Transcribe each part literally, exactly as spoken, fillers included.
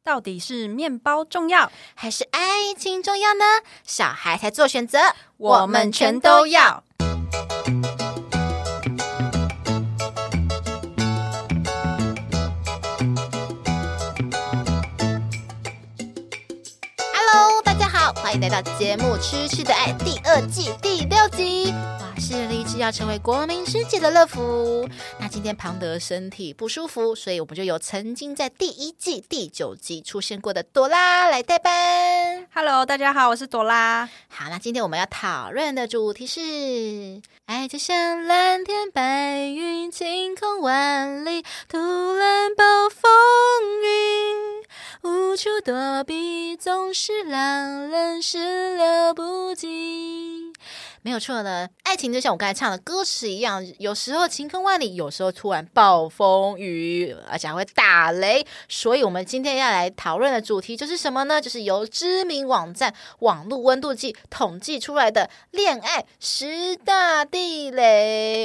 到底是面包重要还是爱情重要呢？小孩才做选择， 我们全都要。 Hello， 大家好，欢迎来到节目《痴痴的爱》第二季第六集。我是立志要成为国民师姐的乐福。那今天庞德身体不舒服，所以我们就由曾经在第一季第九集出现过的朵拉来代班。 Hello， 大家好，我是朵拉。 好，那今天我们要讨论的主题是：爱就像蓝天白云，晴空万里，突然暴风雨，无处躲避，总是让人始料不及。没有错了，爱情就像我刚才唱的歌词一样，有时候晴空万里，有时候突然暴风雨，而且还会打雷。所以我们今天要来讨论的主题就是什么呢？就是由知名网站网络温度计统计出来的恋爱十大地雷。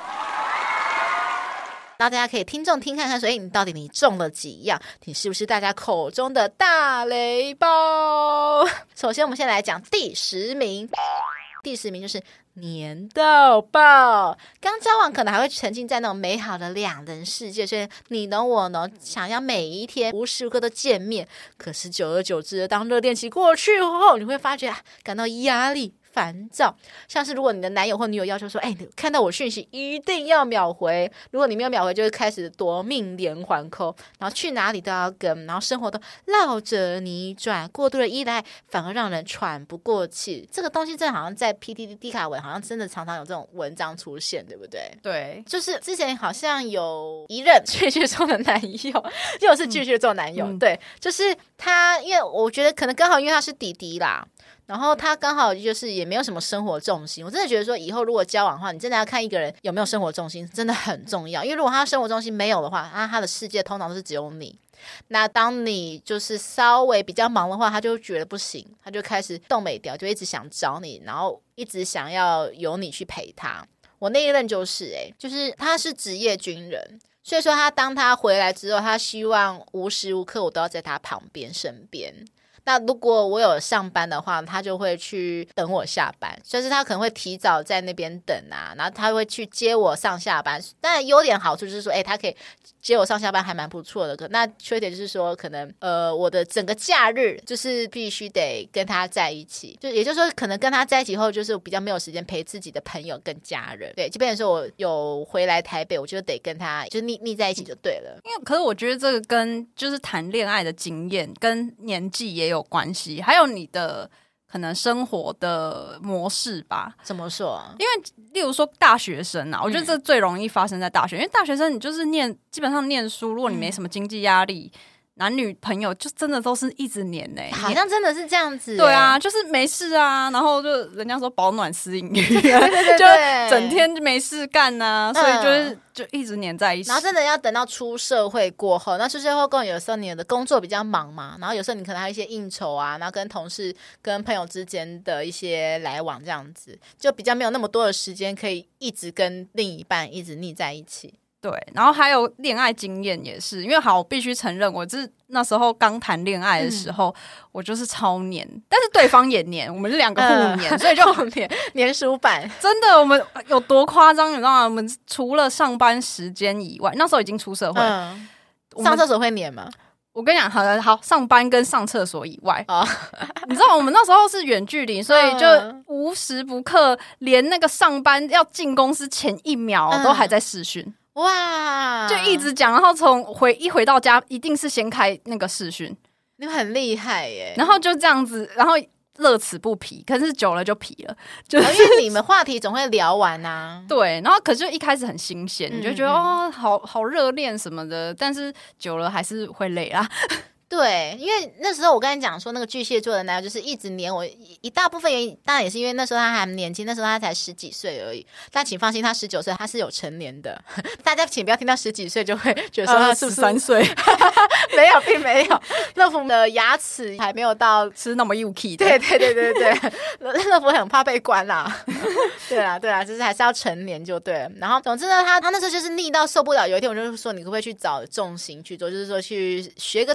然后大家可以听众听看看，所以你到底你中了几样？你是不是大家口中的大雷包？首先我们先来讲第十名。第十名就是黏到爆，刚交往可能还会沉浸在那种美好的两人世界，所以你侬我侬，想要每一天无时无刻都见面。可是久而久之，当热恋期过去后，你会发觉、啊、感到压力烦躁，像是如果你的男友或女友要求说，哎，看到我讯息一定要秒回，如果你没有秒回，就会开始夺命连环扣，然后去哪里都要跟，然后生活都绕着你转，过度的依赖反而让人喘不过气。这个东西真的好像在 P T T 迪卡文好像真的常常有这种文章出现，对不对？ 对， 就是之前好像有一任巨蟹座的男友，又是巨蟹座男友、嗯、对，就是他，因为我觉得可能刚好因为他是弟弟啦，然后他刚好就是也没有什么生活重心。我真的觉得说以后如果交往的话，你真的要看一个人有没有生活重心，真的很重要。因为如果他生活重心没有的话，那他的世界通常都是只有你。那当你就是稍微比较忙的话，他就觉得不行，他就开始动没掉，就一直想找你，然后一直想要有你去陪他。我那一任就是欸，就是他是职业军人，所以说他当他回来之后，他希望无时无刻我都要在他旁边身边。那如果我有上班的话，他就会去等我下班，就是他可能会提早在那边等啊，然后他会去接我上下班。但优点好处就是说，哎，他可以接我上下班还蛮不错的。可那缺点就是说，可能呃我的整个假日就是必须得跟他在一起，就也就是说，可能跟他在一起后，就是比较没有时间陪自己的朋友跟家人。对，就变成说我有回来台北，我就得跟他就腻腻在一起就对了。 因为可是我觉得这个跟就是谈恋爱的经验跟年纪也有有关系，还有你的可能生活的模式吧。 怎么说？ 因为例如说大学生啊，我觉得这最容易发生在大学、嗯、因为大学生你就是念基本上念书，如果你没什么经济压力、嗯，男女朋友就真的都是一直黏欸， 好像真的是这样子欸。 对啊，就是没事啊，然后就人家说保暖思淫欲， 对对对对， 就整天没事干啊、嗯，所以就是就一直黏在一起。 然后真的要等到出社会过后，那出社会过后有时候你的工作比较忙嘛，然后有时候你可能还有一些应酬啊，然后跟同事跟朋友之间的一些来往，这样子就比较没有那么多的时间可以一直跟另一半一直腻在一起。 对，然后还有恋爱经验也是，因为好，我必须承认，我就是那时候刚谈恋爱的时候、嗯，我就是超黏，但是对方也黏，我们是两个互黏、嗯，所以就很黏黏鼠版。 真的，我们有多夸张，你知道吗？我们除了上班时间以外，那时候已经出社会， 嗯、上厕所会黏吗？ 我跟你讲，好了，好，上班跟上厕所以外，哦、你知道我们那时候是远距离，所以就无时不刻，连那个上班要进公司前一秒都还在视讯。嗯哇， 就一直讲，然后从回一回到家，一定是先开那个视讯， 你们很厉害耶。然后就这样子，然后乐此不疲，可是久了就疲了，就是、 因为你们话题总会聊完啊。 对，然后可是就一开始很新鲜，你就觉得、嗯、哦，好好热恋什么的，但是久了还是会累啦。 对，因为那时候我跟你讲说，那个巨蟹座的男友就是一直黏我，一大部分原因当然也是因为那时候他还年轻，那时候他才十几岁而已。但请放心，他十九岁，他是有成年的。大家请不要听到十几岁就会觉得说他是不是三岁？ 没有，并没有。乐福的牙齿还没有到是那么幼气的。 对对对对对，乐福很怕被关啦。对啦对啦，就是还是要成年就对了。然后总之呢，他他那时候就是腻到受不了。有一天我就说，你可不可以去找重心去做，就是说去学个东西。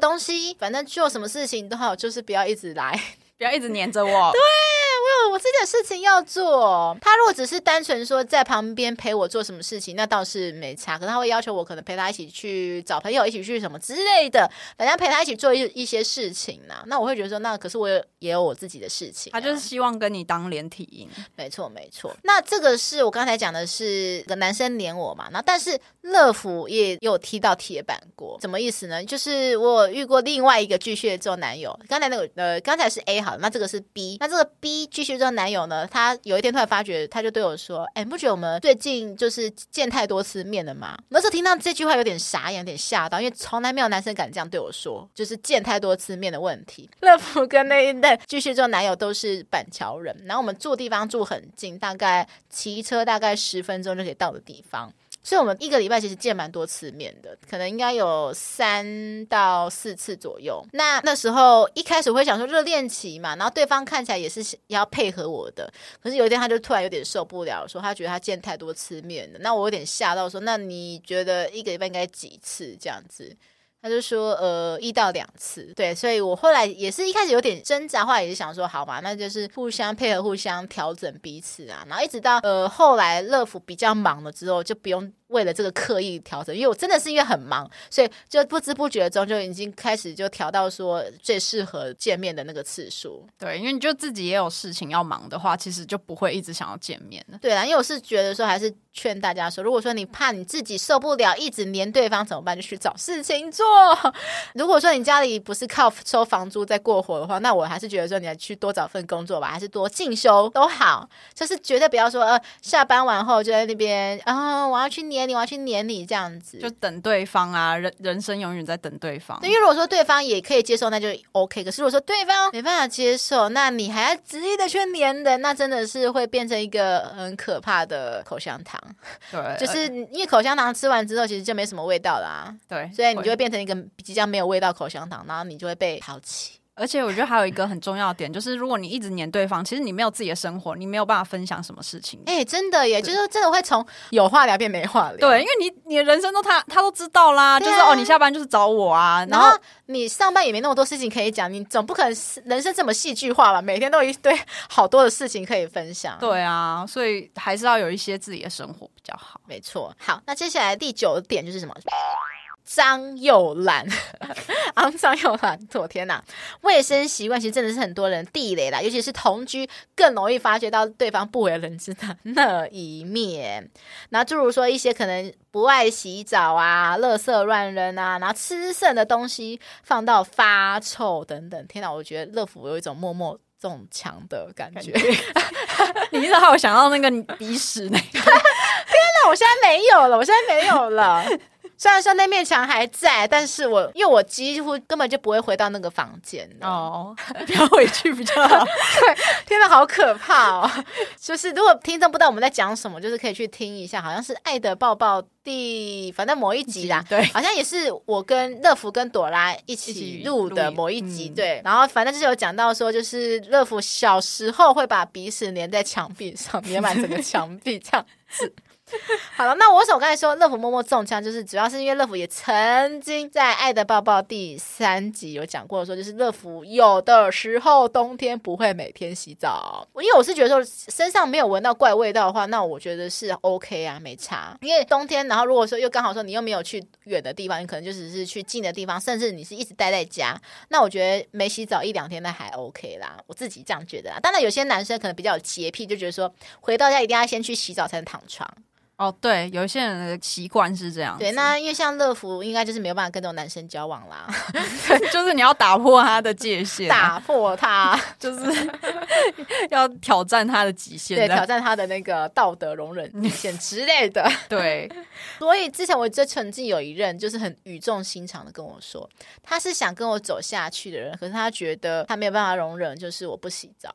B 反正做什么事情都好，就是不要一直来， 不要一直黏着我。 对，我有我自己的事情要做。他如果只是单纯说在旁边陪我做什么事情，那倒是没差。可是他会要求我可能陪他一起去找朋友，一起去什么之类的，反正陪他一起做 一, 一些事情啊。那我会觉得说，那可是我也有我自己的事情、啊。 他就是希望跟你当连体婴。 没错没错。那这个是我刚才讲的是个男生黏我嘛，那但是乐福也有踢到铁板过，什么意思呢？就是我有遇过另外一个巨蟹座男友，刚才那个呃刚才是 A 好了，那这个是 B， 那这个 B 巨蟹座男友呢，他有一天突然发觉，他就对我说：“哎、欸，你不觉得我们最近就是见太多次面了吗？”那时候听到这句话有点傻眼，有点吓到，因为从来没有男生敢这样对我说，就是见太多次面的问题。乐福跟那一代巨蟹座男友都是板桥人，然后我们住地方住很近，大概骑车大概十分钟就可以到的地方。所以我们一个礼拜其实见蛮多次面的，可能应该有三到四次左右。那那时候一开始会想说热恋期嘛，然后对方看起来也是要配合我的，可是有一天他就突然有点受不了，说他觉得他见太多次面了。那我有点吓到说，那你觉得一个礼拜应该几次这样子？他就说呃一到两次。对，所以我后来也是一开始有点挣扎，后来也是想说好吧，那就是互相配合互相调整彼此啊。然后一直到呃后来乐福比较忙了之后，就不用为了这个刻意调整，因为我真的是因为很忙，所以就不知不觉中就已经开始就调到说最适合见面的那个次数。 对，因为你就自己也有事情要忙的话，其实就不会一直想要见面了。 对啦，因为我是觉得说还是劝大家说，如果说你怕你自己受不了一直黏对方怎么办，就去找事情做。如果说你家里不是靠收房租在过活的话，那我还是觉得说你还去多找份工作吧，还是多进修都好，就是绝对不要说呃下班完后就在那边啊、哦、我要去黏你，我要去黏你这样子， 就等对方啊，人人生永远在等对方。 因为如果说对方也可以接受，那就 OK。可是如果说对方没办法接受，那你还要执意的去黏人，那真的是会变成一个很可怕的口香糖。 对， 就是因为口香糖吃完之后，其实就没什么味道啦。 对， 所以你就会变成一个即将没有味道口香糖，然后你就会被抛弃。 而且我觉得还有一个很重要的点，就是如果你一直黏对方，其实你没有自己的生活，你没有办法分享什么事情。 哎、欸，真的耶，就是真的会从有话聊变没话聊。 对，因为你你的人生都他他都知道啦，啊、就是哦，你下班就是找我啊， 然后你上班也没那么多事情可以讲，你总不可能人生这么戏剧化吧？每天都有一堆好多的事情可以分享。 对啊，所以还是要有一些自己的生活比较好。 没错。好，那接下来第九点就是什么？脏又懒，肮脏又懒，我天哪！卫生习惯其实真的是很多人地雷啦，尤其是同居更容易发觉到对方不为人知的那一面。然后诸如说一些可能不爱洗澡啊、垃圾乱扔啊，然后吃剩的东西放到发臭等等。天哪，我觉得乐福有一种默默中枪的感觉。 你知道我想到那个鼻屎那个，天哪！我现在没有了，我现在没有了。虽然说那面墙还在，但是我因为我几乎根本就不会回到那个房间哦，不要回去比较好。 对，天哪，好可怕哦！就是如果听众不知道我们在讲什么，就是可以去听一下，好像是《爱的抱抱》第反正某一集啦， 对， 好像也是我跟乐福跟朵拉一起录的某一集，嗯、对。然后反正就是有讲到说，就是乐福小时候会把鼻屎粘在墙壁上，粘满整个墙壁这样子。好了，那我为什么刚才说乐福默默中枪，就是主要是因为乐福也曾经在《爱的抱抱》第三集有讲过说，就是乐福有的时候冬天不会每天洗澡，因为我是觉得说身上没有闻到怪味道的话，那我觉得是 OK 啊，没差。因为冬天，然后如果说又刚好说你又没有去远的地方，你可能就只是去近的地方，甚至你是一直待在家，那我觉得没洗澡一两天那还 OK 啦，我自己这样觉得啦。当然有些男生可能比较有洁癖，就觉得说回到家一定要先去洗澡才能躺床。 哦，对，有一些人的习惯是这样子。 对，那因为像乐福应该就是没有办法跟这种男生交往啦， 就是你要打破他的界限， 打破他， 就是要挑战他的极限， 对，挑战他的那个道德容忍底线之类的。 对， 所以之前我这曾经有一任就是很语重心长的跟我说，他是想跟我走下去的人，可是他觉得他没有办法容忍，就是我不洗澡。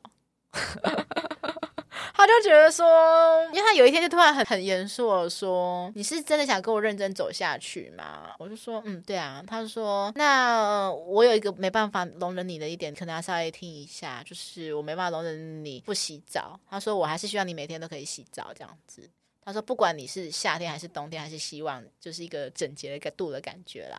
他就觉得说，因为他有一天就突然很很严肃的说，你是真的想跟我认真走下去吗？我就说嗯对啊。他说那、呃、我有一个没办法容忍你的一点，可能要稍微听一下，就是我没办法容忍你不洗澡。他说我还是希望你每天都可以洗澡这样子。他说不管你是夏天还是冬天，还是希望就是一个整洁的度的感觉啦。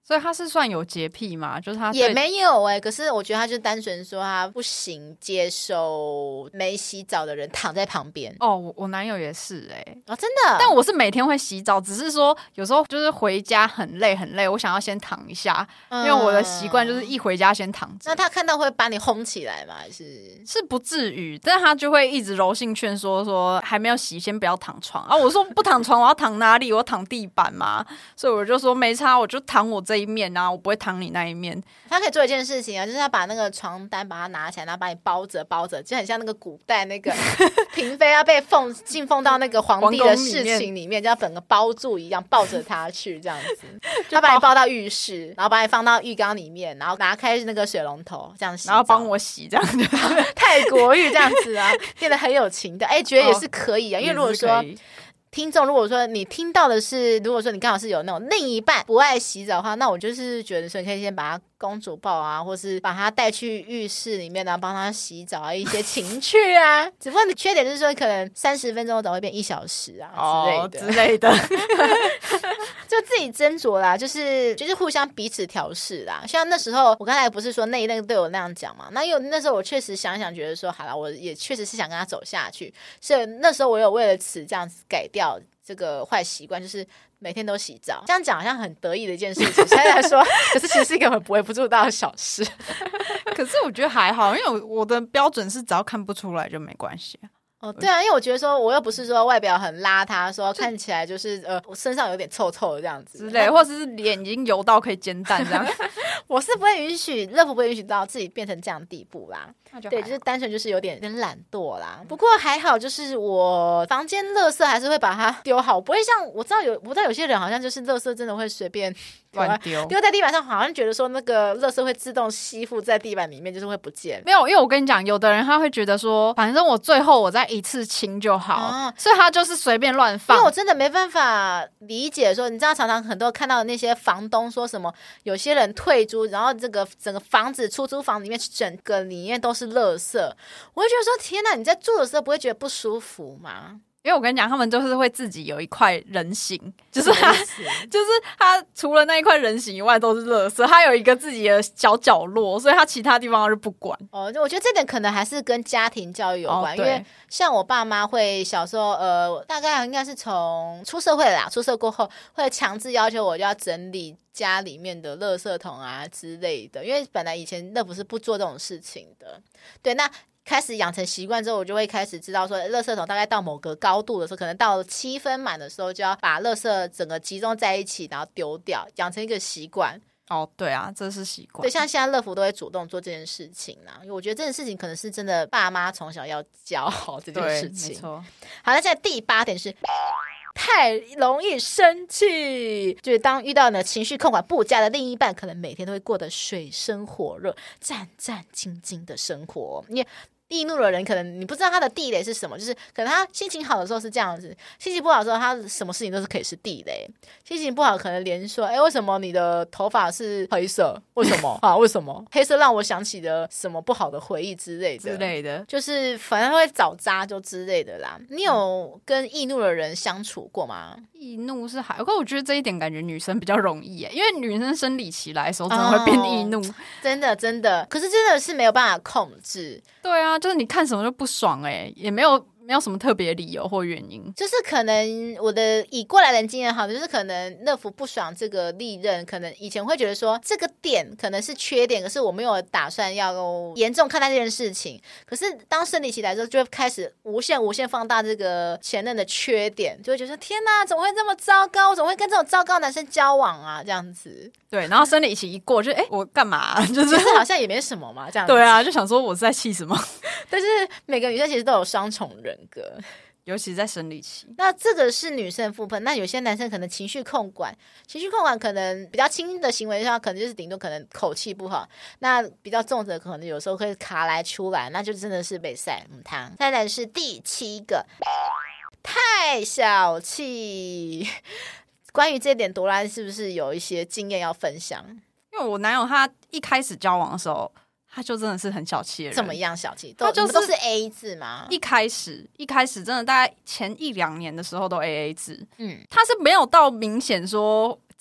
所以他是算有洁癖吗？就是他也没有哎、欸，可是我觉得他就单纯说他不行接受没洗澡的人躺在旁边。 哦，我我男友也是哎、欸， 哦，真的。 但我是每天会洗澡，只是说有时候就是回家很累很累，我想要先躺一下，嗯、因为我的习惯就是一回家先躺着。 那他看到会把你轰起来吗？还是是不至于，但他就会一直柔性劝说说还没有洗，先不要躺床啊。我说不躺床，我要躺哪里？我躺地板嘛。所以我就说没差，我就躺我这一面啊，我不会躺你那一面。 他可以做一件事情啊，就是他把那个床单把它拿起来，然后把你包着包着，就很像那个古代那个嫔妃要被奉进奉到那个皇帝的侍寝里面，就要整个包住一样，抱着他去这样子。他把你抱到浴室，然后把你放到浴缸里面，然后拿开那个水龙头这样洗， 然后帮我洗这样子。 泰国浴这样子啊，变得很有情的。哎、欸，觉得也是可以啊，哦、因为如果说。听众，如果说你听到的是，如果说你刚好是有那种另一半不爱洗澡的话，那我就是觉得说你可以先把他公主抱啊，或是把他带去浴室里面，然后帮他洗澡啊，一些情趣啊。只不过你缺点就是说，可能三十分钟早会变一小时啊、 哦、 之类的之类的， 就自己斟酌啦，就是就是互相彼此调试啦。像那时候我刚才不是说那一任对我那样讲嘛，那因为那时候我确实想想觉得说，好了，我也确实是想跟他走下去，所以那时候我有为了此这样子改掉这个坏习惯，就是每天都洗澡。这样讲好像很得意的一件事情，虽然说，可是其实是一个很微不足道的小事。 可是我觉得还好，因为我我的标准是只要看不出来就没关系啊。 哦，对啊，因为我觉得说，我又不是说外表很邋遢，说看起来就是呃，我身上有点臭臭的这样子之类，或者是脸已经油到可以煎蛋这样。 我是不会允许，乐福不会允许到自己变成这样的地步啦。 就对，就是单纯就是有点有点懒惰啦。不过还好，就是我房间垃圾还是会把它丢好，不会像我知道有，我知道有些人好像就是垃圾真的会随便乱丢， 丢在地板上，好像觉得说那个垃圾会自动吸附在地板里面，就是会不见。 没有，因为我跟你讲，有的人他会觉得说，反正我最后我再一次清就好，哦、所以他就是随便乱放。 因为我真的没办法理解说，你知道常常很多看到那些房东说什么，有些人退租，然后这个整个房子出租房里面整个里面都是垃圾，我会觉得说天哪，你在住的时候不会觉得不舒服吗？ 因为我跟你讲，他们就是会自己有一块人形，就是他，就是他除了那一块人形以外都是垃圾，他有一个自己的小角落，所以他其他地方就不管。 哦，我觉得这点可能还是跟家庭教育有关，哦、因为像我爸妈会小时候，呃，大概应该是从出社会啦，出社过后会强制要求我就要整理家里面的垃圾桶啊之类的，因为本来以前乐福是不做这种事情的。对，那开始养成习惯之后，我就会开始知道说，垃圾桶大概到某个高度的时候，可能到七分满的时候，就要把垃圾整个集中在一起，然后丢掉，养成一个习惯。 哦，对啊，这是习惯。 对，像现在乐福都会主动做这件事情啦，因为我觉得这件事情可能是真的爸妈从小要教好这件事情。 没错。 好，那现在第八点是太容易生气，就是当遇到呢情绪控管不佳的另一半，可能每天都会过得水深火热、战战兢兢的生活。因为易怒的人可能你不知道他的地雷是什么，就是可能他心情好的时候是这样子，心情不好的时候他什么事情都是可以是地雷。心情不好可能连说哎，为什么你的头发是黑色，为什么啊？为什么黑色让我想起了什么不好的回忆之类的之类的， 就是反正会找渣就之类的啦。你有跟易怒的人相处过吗？ 易怒是还，不过我觉得这一点感觉女生比较容易耶，因为女生生理期来的时候真的会变易怒、哦、 真的真的，可是真的是没有办法控制。 对啊，就是你看什么就不爽哎，也没有没有什么特别理由或原因， 就是可能我的以过来人经验好，就是可能乐福不爽这个历任，可能以前会觉得说这个点可能是缺点，可是我没有打算要严重看待这件事情。可是当生理期来之后，就会开始无限无限放大这个前任的缺点，就会觉得天哪，怎么会这么糟糕？我怎么会跟这种糟糕的男生交往啊？这样子。对， 然后生理期一过就哎、欸，我干嘛、啊？就是其实好像也没什么嘛，这样子。 对啊，就想说我是在气什么？ 但是每个女生其实都有双重人格， 尤其在生理期。 那这个是女生部分，那有些男生可能情绪控管，情绪控管可能比较轻的行为上，可能就是顶多可能口气不好，那比较重的可能有时候会卡来出来，那就真的是被晒母汤。再来是第七个，太小气。关于这点，朵拉是不是有一些经验要分享？ 因为我男友他一开始交往的时候，他就真的是很小气的人。 怎么样小气？都他就是都是 A A 制吗？ 一开始一开始真的大概前一两年的时候都 A A 制， 嗯， 他是没有到明显说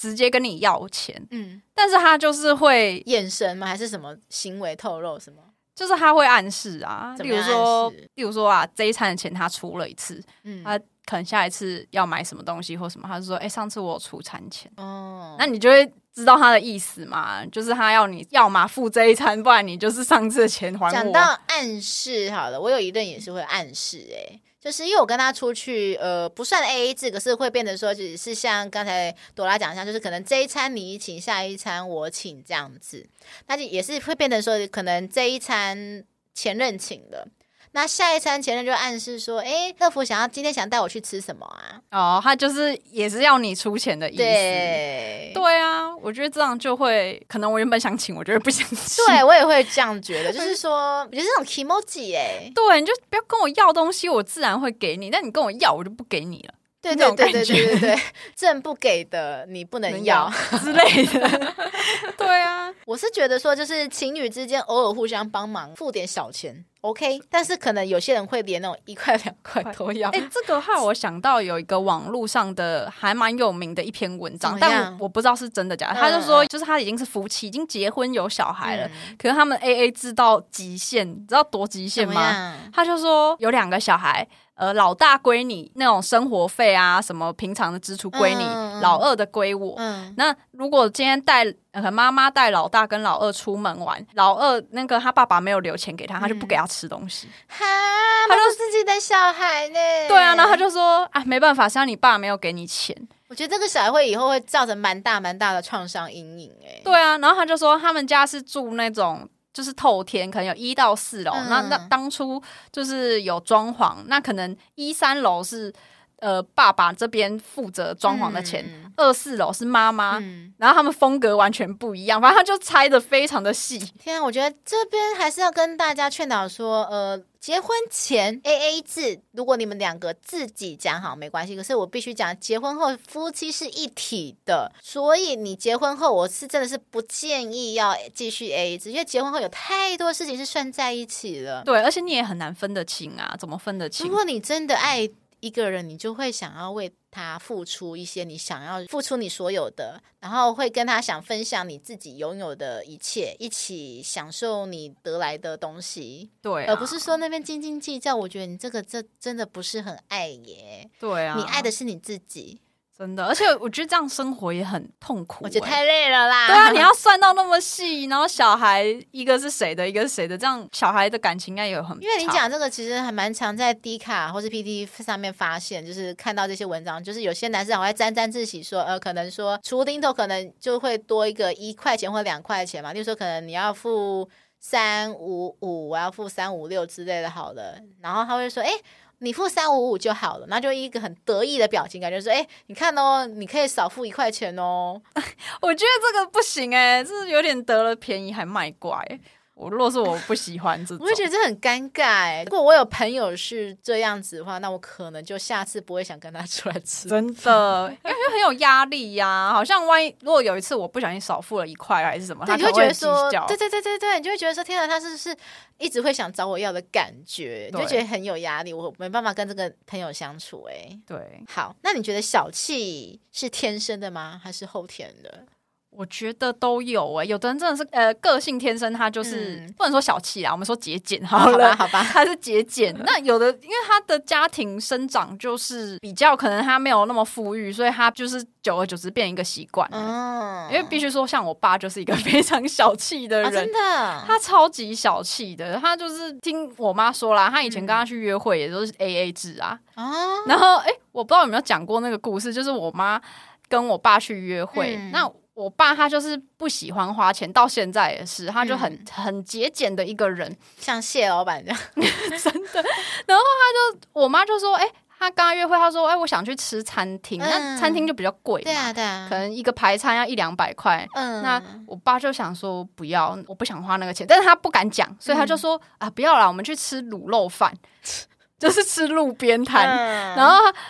直接跟你要钱， 嗯， 但是他就是会眼神吗？还是什么行为透露什么？ 就是他会暗示啊，例如说， 例例如说啊，这一餐的钱他出了一次， 嗯， 他可能下一次要买什么东西或什么，他就说，哎、欸，上次我有出餐钱， 哦， 那你就会知道他的意思嘛，就是他要你要嘛付这一餐，不然你就是上次的钱还我。 讲到暗示好了，我有一任也是会暗示、欸，就是因为我跟他出去，呃，不算 A A 制，可是会变得说，只是像刚才朵拉讲一下，就是可能这一餐你请，下一餐我请这样子，那就也是会变成说，可能这一餐前任请的，那下一餐前任就暗示说，哎，乐福想要今天想带我去吃什么啊？ 哦，他就是也是要你出钱的意思。 对， 对啊，我觉得这样就会，可能我原本想请，我觉得不想请。 对，我也会这样觉得，就是说，我觉得这种 kimoji 哎、欸， 对，你就不要跟我要东西，我自然会给你，但你跟我要，我就不给你了。 对对对对对对对，朕不给的你不能要之类的。对啊， 我是觉得说，就是情侣之间偶尔互相帮忙，付点小钱 OK， 但是可能有些人会连那种一块两块都要。 哎、欸，这个害我想到有一个网络上的还蛮有名的一篇文章，但我不知道是真的假的。嗯、他就说，就是他已经是夫妻，已经结婚有小孩了，嗯、可是他们 A A 制到极限，你知道多极限吗？他就说有两个小孩。呃，老大归你那种生活费啊，什么平常的支出归你，嗯、老二的归我。嗯、那如果今天带呃妈妈带老大跟老二出门玩，老二那个他爸爸没有留钱给他，他就不给他吃东西。 哈、嗯，他就自己的小孩呢。 对啊，然后他就说啊，没办法，是你爸没有给你钱。 我觉得这个小孩会以后会造成蛮大蛮大的创伤阴影哎。 对啊，然后他就说他们家是住那种。就是透天，可能有一到四楼。嗯、那那当初就是有装潢，那可能一三楼是呃爸爸这边负责装潢的钱，嗯、二四楼是妈妈。嗯、然后他们风格完全不一样，反正他就拆得非常的细。 天啊，我觉得这边还是要跟大家劝导说，呃，结婚前 A A 制，如果你们两个自己讲好没关系，可是我必须讲，结婚后夫妻是一体的，所以你结婚后，我是真的是不建议要继续 A A 制，因为结婚后有太多事情是算在一起了。 对，而且你也很难分得清啊，怎么分得清？ 如果你真的爱一个人，你就会想要为他付出一些你想要付出你所有的，然后会跟他想分享你自己拥有的一切，一起享受你得来的东西。 对、啊， 而不是说那边斤斤计较。我觉得你这个这真的不是很爱耶。 对啊， 你爱的是你自己。 真的，而且我觉得这样生活也很痛苦、欸， 我觉得太累了啦。 对啊，你要算到那么细，然后小孩一个是谁的，一个是谁的，这样小孩的感情应该也有很。 因为你讲这个其实还蛮常在 D 卡或是 P T T 上面发现，就是看到这些文章，就是有些男生还会沾沾自喜说，呃，可能说除丁头可能就会多一个一块钱或两块钱嘛，例如说可能你要付三五五，我要付三五六之类的，好了，然后他会说，哎、欸。你付三五五就好了，然后就一个很得意的表情，感觉说：“哎、欸，你看哦，你可以少付一块钱哦。” 我觉得这个不行哎、欸，这是有点得了便宜还卖乖、欸。我如果是我不喜欢这种， 我会觉得这很尴尬哎、欸。如果我有朋友是这样子的话，那我可能就下次不会想跟他出来吃。 真的，因为很有压力呀、啊。好像万一如果有一次我不小心少付了一块还是什么，他就会觉得说，对对对对对，你就会觉得说，天哪，他是不是一直会想找我要的感觉？你就觉得很有压力，我没办法跟这个朋友相处哎、欸。 对， 好，那你觉得小气是天生的吗？还是后天的？ 我觉得都有哎、欸，有的人真的是呃个性天生，他就是、嗯、不能说小气啊，我们说节俭好了， 好吧，好吧， 他是节俭。那有的因为他的家庭生长就是比较可能他没有那么富裕，所以他就是久而久之变一个习惯了。嗯，因为必须说，像我爸就是一个非常小气的人，啊、 真的， 他超级小气的。他就是听我妈说啦，他以前跟他去约会也都是 A A 制啊。啊、嗯，然后哎、欸，我不知道有没有讲过那个故事，就是我妈跟我爸去约会，嗯、那。我爸他就是不喜欢花钱，到现在也是，他就很、嗯、很节俭的一个人， 像谢老板这样， 真的。然后他就，我妈就说，哎、欸，他跟他约会，他说，哎、欸，我想去吃餐厅，嗯、那餐厅就比较贵嘛， 对啊对啊， 可能一个排餐要一两百块。嗯，那我爸就想说不要，我不想花那个钱，但是他不敢讲，所以他就说、嗯、啊，不要啦，我们去吃卤肉饭，就是吃路边摊，嗯、然后他。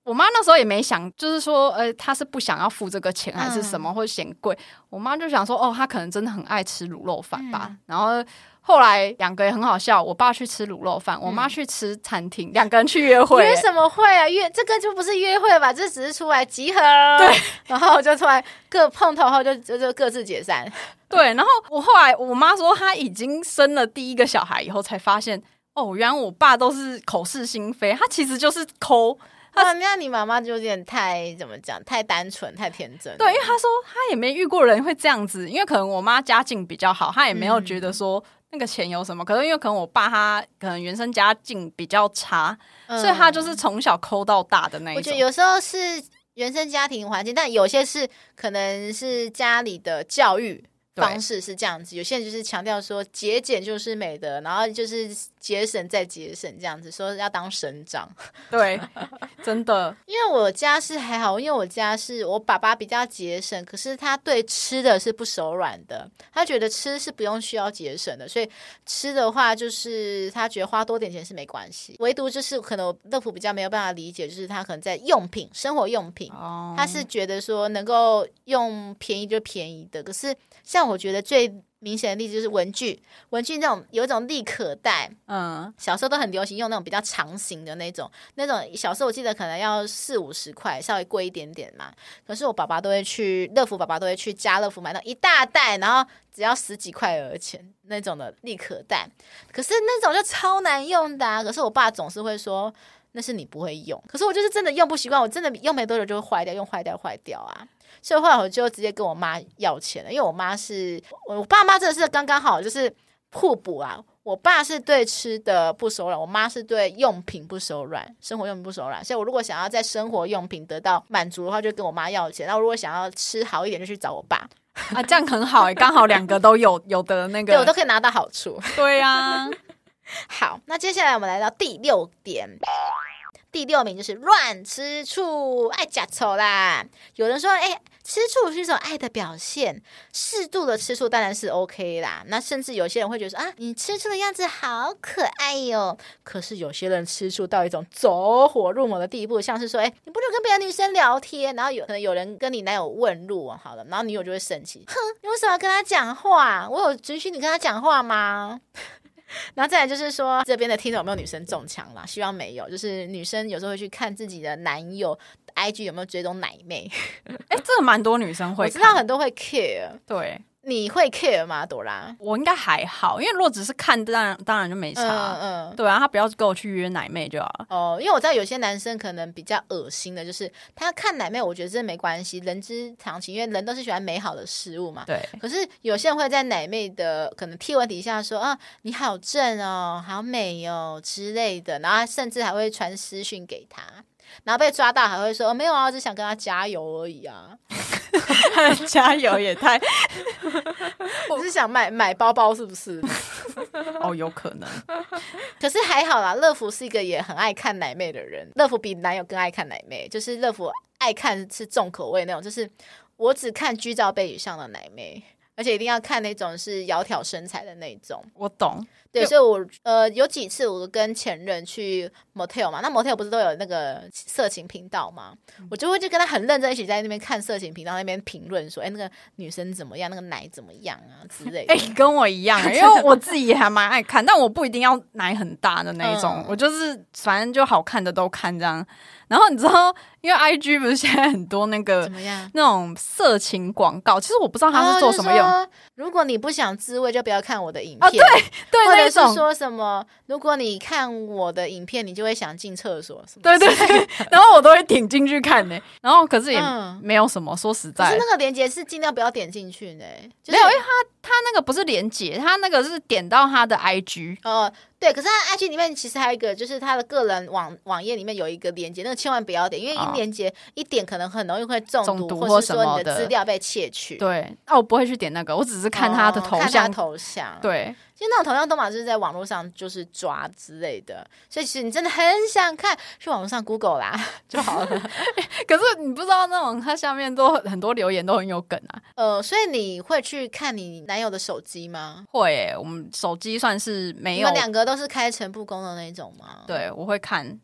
我妈那时候也没想，就是说，呃，她是不想要付这个钱还是什么，嗯、或者嫌贵。我妈就想说，哦，她可能真的很爱吃卤肉饭吧。嗯、然后后来两个也很好笑，我爸去吃卤肉饭，我妈去吃餐厅，两、嗯、个人去约会。 约什么会啊？约这个就不是约会吧？这只是出来集合。 对， 然后就突然各碰头后就就就各自解散。 对，然后我后来我妈说，她已经生了第一个小孩以后，才发现哦，原来我爸都是口是心非，他其实就是抠。 哇，那你妈妈就有点太怎么讲，太单纯太天真了。 对，因为她说她也没遇过人会这样子，因为可能我妈家境比较好，她也没有觉得说那个钱有什么、嗯、可是因为可能我爸他可能原生家境比较差、嗯、所以他就是从小抠到大的那一种。 我觉得有时候是原生家庭环境，但有些是可能是家里的教育方式是这样子，有些人就是强调说节俭就是美德，然后就是节省再节省这样子，说要当省长。 对，真的。 因为我家是还好，因为我家是我爸爸比较节省，可是他对吃的是不手软的，他觉得吃是不用需要节省的，所以吃的话就是他觉得花多点钱是没关系。唯独就是可能乐福比较没有办法理解，就是他可能在用品生活用品、哦、他是觉得说能够用便宜就便宜的，可是像我觉得最明显的例子就是文具，文具那种有一种立可带，嗯，小时候都很流行用那种比较长形的那种，那种小时候我记得可能要四五十块，稍微贵一点点嘛。可是我爸爸都会去乐福，爸爸都会去家乐福买到一大袋，然后只要十几块而钱那种的立可带，可是那种就超难用的啊。可是我爸总是会说那是你不会用，可是我就是真的用不习惯，我真的用没多久就会坏掉，用坏掉坏掉啊。所以后来我就直接跟我妈要钱了，因为我妈是我爸妈真的是刚刚好就是互补啊。我爸是对吃的不手软，我妈是对用品不手软，生活用品不手软。所以我如果想要在生活用品得到满足的话，就跟我妈要钱。然后如果想要吃好一点，就去找我爸。 啊，这样很好哎、欸，刚好两个都有有的那个， 对我都可以拿到好处。 对啊。 好，那接下来我们来到第六点。第六名就是乱吃醋，爱吃醋啦。有人说，哎、欸，吃醋是一种爱的表现，适度的吃醋当然是 OK 啦。那甚至有些人会觉得说，啊，你吃醋的样子好可爱哟。可是有些人吃醋到一种走火入魔的地步，像是说，哎、欸，你不就跟别的女生聊天，然后有可能有人跟你男友问路，好了，然后女友就会生气，哼，你为什么要跟他讲话？我有允许你跟他讲话吗？然后再来就是说，这边的听众有没有女生中枪啦？希望没有。就是女生有时候会去看自己的男友 I G 有没有追踪奶妹。 哎、欸，这个蛮多女生会看， 我知道很多会 care。 对， 你会 care 吗，朵拉？ 我应该还好，因为如果只是看，当然当然就没差。嗯嗯，对啊，他不要跟我去约奶妹就好了。 哦，因为我知道有些男生可能比较恶心的，就是他看奶妹，我觉得这没关系，人之常情，因为人都是喜欢美好的事物嘛。 对。 可是有些人会在奶妹的可能贴文底下说啊，你好正哦，好美哦之类的，然后甚至还会传私讯给他。然后被抓到还会说、哦、没有啊，我只想跟他加油而已啊。 加油也太我是想买买包包是不是？ 哦，有可能。 可是还好啦，乐福是一个也很爱看奶妹的人，乐福比男友更爱看奶妹，就是乐福爱看是重口味那种，就是我只看剧照背以上的奶妹，而且一定要看那种是窈窕身材的那种。 我懂。 对，所以我呃有几次我跟前任去 motel 嘛，那 motel 不是都有那个色情频道嘛、嗯、我就会就跟他很认真一起在那边看色情频道，那边评论说，哎，那个女生怎么样，那个奶怎么样啊之类的。 哎，跟我一样，因为我自己也还蛮爱看，但我不一定要奶很大的那一种、嗯、我就是反正就好看的都看这样。然后你知道，因为 I G 不是现在很多那个怎么样那种色情广告，其实我不知道它是做什么用、 哦、如果你不想自慰就不要看我的影片、 哦、对对， 或者是说什么如果你看我的影片你就会想进厕所什么， 对对对，然后我都会点进去看呢、欸，然后可是也没有什么、嗯、说实在， 可是那个连结是尽量不要点进去呢、欸就是、 没有，因为他他那个不是连结，他那个是点到他的 I G 哦。对，可是他 I G 里面其实还有一个，就是他的个人网网页里面有一个连结，那个千万不要点，因为一连结、哦、一点可能很容易会中毒， 中毒或是说你的资料被窃取。 对，那、啊、我不会去点那个，我只是看他的头像，哦、 看他头像。 对， 其实那种头像都嘛就是在网络上就是抓之类的，所以其实你真的很想看，去网络上 Google 啦就好了。 可是你不知道那种它下面都很多留言都很有梗啊。 呃，所以你会去看你男友的手机吗？ 会耶，我们手机算是没有。 你们两个都是开诚布公的那种吗？ 对，我会看。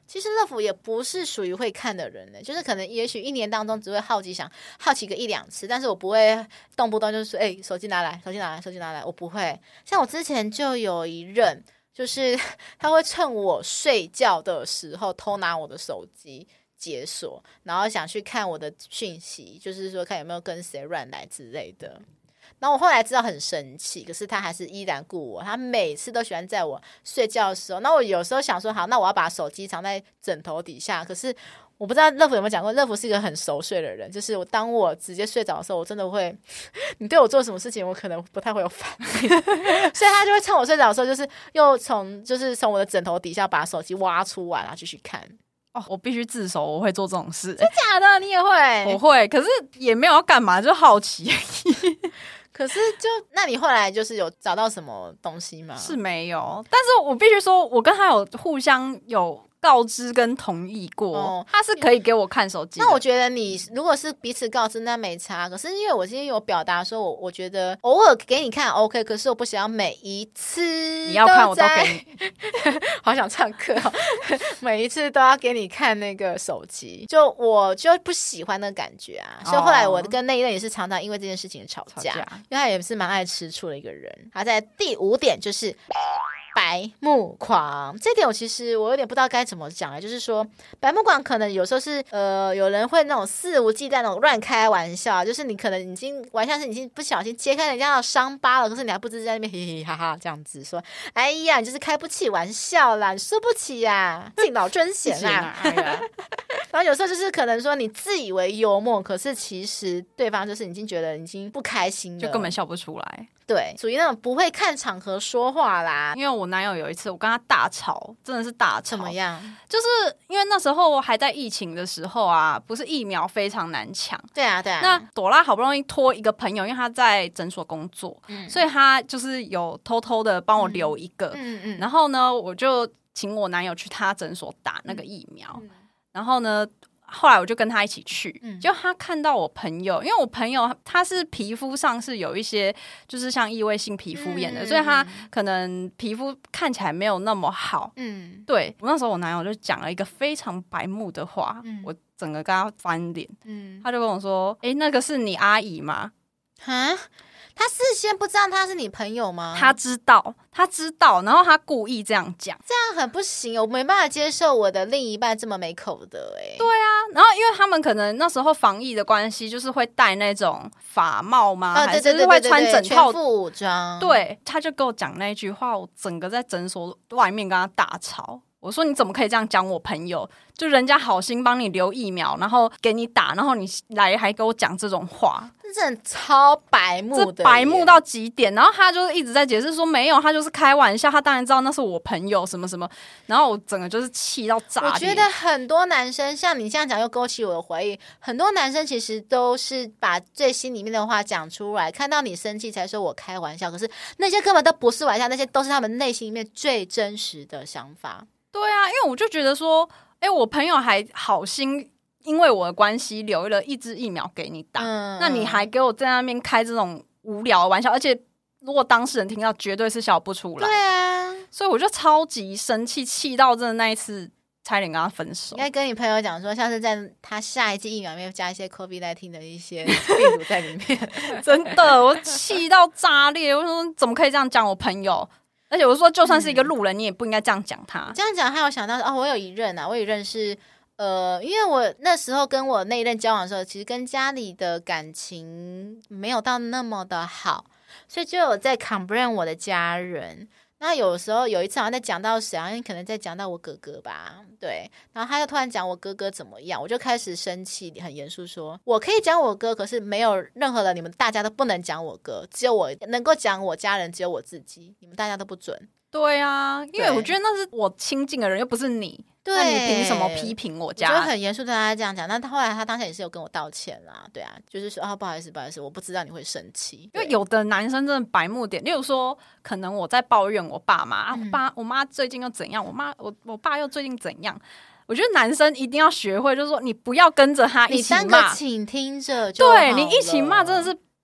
其实乐福也不是属于会看的人呢，就是可能也许一年当中只会好奇想好奇个一两次，但是我不会动不动就是说，哎、欸，手机拿来，手机拿来，手机拿来，我不会。像我之前就有一任，就是他会趁我睡觉的时候偷拿我的手机解锁，然后想去看我的讯息，就是说看有没有跟谁乱来之类的。然后我后来知道很生气，可是他还是依然顾我，他每次都喜欢在我睡觉的时候，那我有时候想说好，那我要把手机藏在枕头底下，可是我不知道乐福有没有讲过，乐福是一个很熟睡的人，就是我当我直接睡着的时候，我真的会你对我做什么事情我可能不太会有反应所以他就会趁我睡着的时候，就是又从就是从我的枕头底下把手机挖出来然后继续看。 哦，我必须自首，我会做这种事。 真假的？你也会？ 我会，可是也没有要干嘛，就好奇而已可是就那你后来就是有找到什么东西吗？ 是没有，但是我必须说我跟他有互相有告知跟同意过、哦、他是可以给我看手机的。 那我觉得你如果是彼此告知那没差，可是因为我今天有表达说我我觉得偶尔给你看 OK， 可是我不想要每一次你要看我都给你好想唱歌哦每一次都要给你看那个手机，就我就不喜欢那个感觉啊、哦、所以后来我跟那一任也是常常因为这件事情吵架, 吵架因为他也是蛮爱吃醋的一个人。他在第五点就是白目狂，这点我其实我有点不知道该怎么讲了，就是说白目狂可能有时候是呃有人会那种肆无忌惮那种乱开玩笑，就是你可能已经玩笑是已经不小心揭开人家的伤疤了，可是你还不知在那边嘿嘿哈哈这样子说，哎呀你就是开不起玩笑啦，你输不起呀，敬老尊贤啦哎呀然后有时候就是可能说你自以为幽默，可是其实对方就是已经觉得已经不开心了， 就根本笑不出来。 对，属于那种不会看场合说话啦。 因为我男友有一次我跟他大吵，真的是大吵。 怎么样？ 就是因为那时候还在疫情的时候啊，不是疫苗非常难抢。 对啊对啊。 那朵拉好不容易托一个朋友，因为他在诊所工作、嗯、所以他就是有偷偷的帮我留一个、嗯嗯、然后呢我就请我男友去他诊所打那个疫苗、嗯、然后呢后来我就跟他一起去、嗯、就他看到我朋友，因为我朋友他是皮肤上是有一些就是像异位性皮肤炎的、嗯、所以他可能皮肤看起来没有那么好。嗯，对，我那时候我男友就讲了一个非常白目的话、嗯、我整个跟他翻脸、嗯、他就跟我说诶那个是你阿姨吗？ 哈，他事先不知道他是你朋友吗？ 他知道，他知道，然后他故意这样讲， 这样很不行，我没办法接受我的另一半这么没口德哎、欸。 对啊，然后因为他们可能那时候防疫的关系，就是会戴那种法帽吗？ 哦、 还是会穿整套全副武装？ 对，他就跟我讲那句话，我整个在诊所外面跟他大吵。我说你怎么可以这样讲我朋友？就人家好心帮你留疫苗，然后给你打，然后你来还给我讲这种话， 这真的超白目的， 这白目到极点。然后他就一直在解释说没有，他就是开玩笑，他当然知道那是我朋友什么什么。然后我整个就是气到炸裂。 我觉得很多男生像你这样讲又勾起我的回忆，很多男生其实都是把最心里面的话讲出来，看到你生气才说我开玩笑，可是那些根本都不是玩笑，那些都是他们内心里面最真实的想法。 对啊，因为我就觉得说哎，我朋友还好心因为我的关系留了一支疫苗给你打、嗯、那你还给我在那边开这种无聊的玩笑，而且如果当事人听到绝对是笑不出来。 对啊， 所以我就超级生气，气到真的那一次差点跟他分手。 应该跟你朋友讲说，像是在他下一剂疫苗里面加一些 COVID 十九 的一些病毒在里面真的我气到炸裂，我说怎么可以这样讲我朋友，而且我说就算是一个路人、嗯、你也不应该这样讲他。 这样讲还有想到哦，我有一任啊，我有一任是呃，因为我那时候跟我那一任交往的时候，其实跟家里的感情没有到那么的好，所以就有在 complain 我的家人。那有时候有一次好像在讲到谁，好像可能在讲到我哥哥吧，对，然后他就突然讲我哥哥怎么样，我就开始生气，很严肃说我可以讲我哥，可是没有任何人，你们大家都不能讲我哥，只有我能够讲我家人，只有我自己，你们大家都不准。 对啊，因为我觉得那是我亲近的人，又不是你，那你凭什么批评我家人？ 我就很严肃的跟他这样讲，那他后来他当下也是有跟我道歉啦，对啊，就是说啊不好意思不好意思，我不知道你会生气。 因为有的男生真的白目点，例如说可能我在抱怨我爸妈、嗯、啊，我爸我妈最近又怎样，我妈我我爸又最近怎样。我觉得男生一定要学会，就是说你不要跟着他一起骂， 你当个倾听者就好了， 对，你一起骂真的是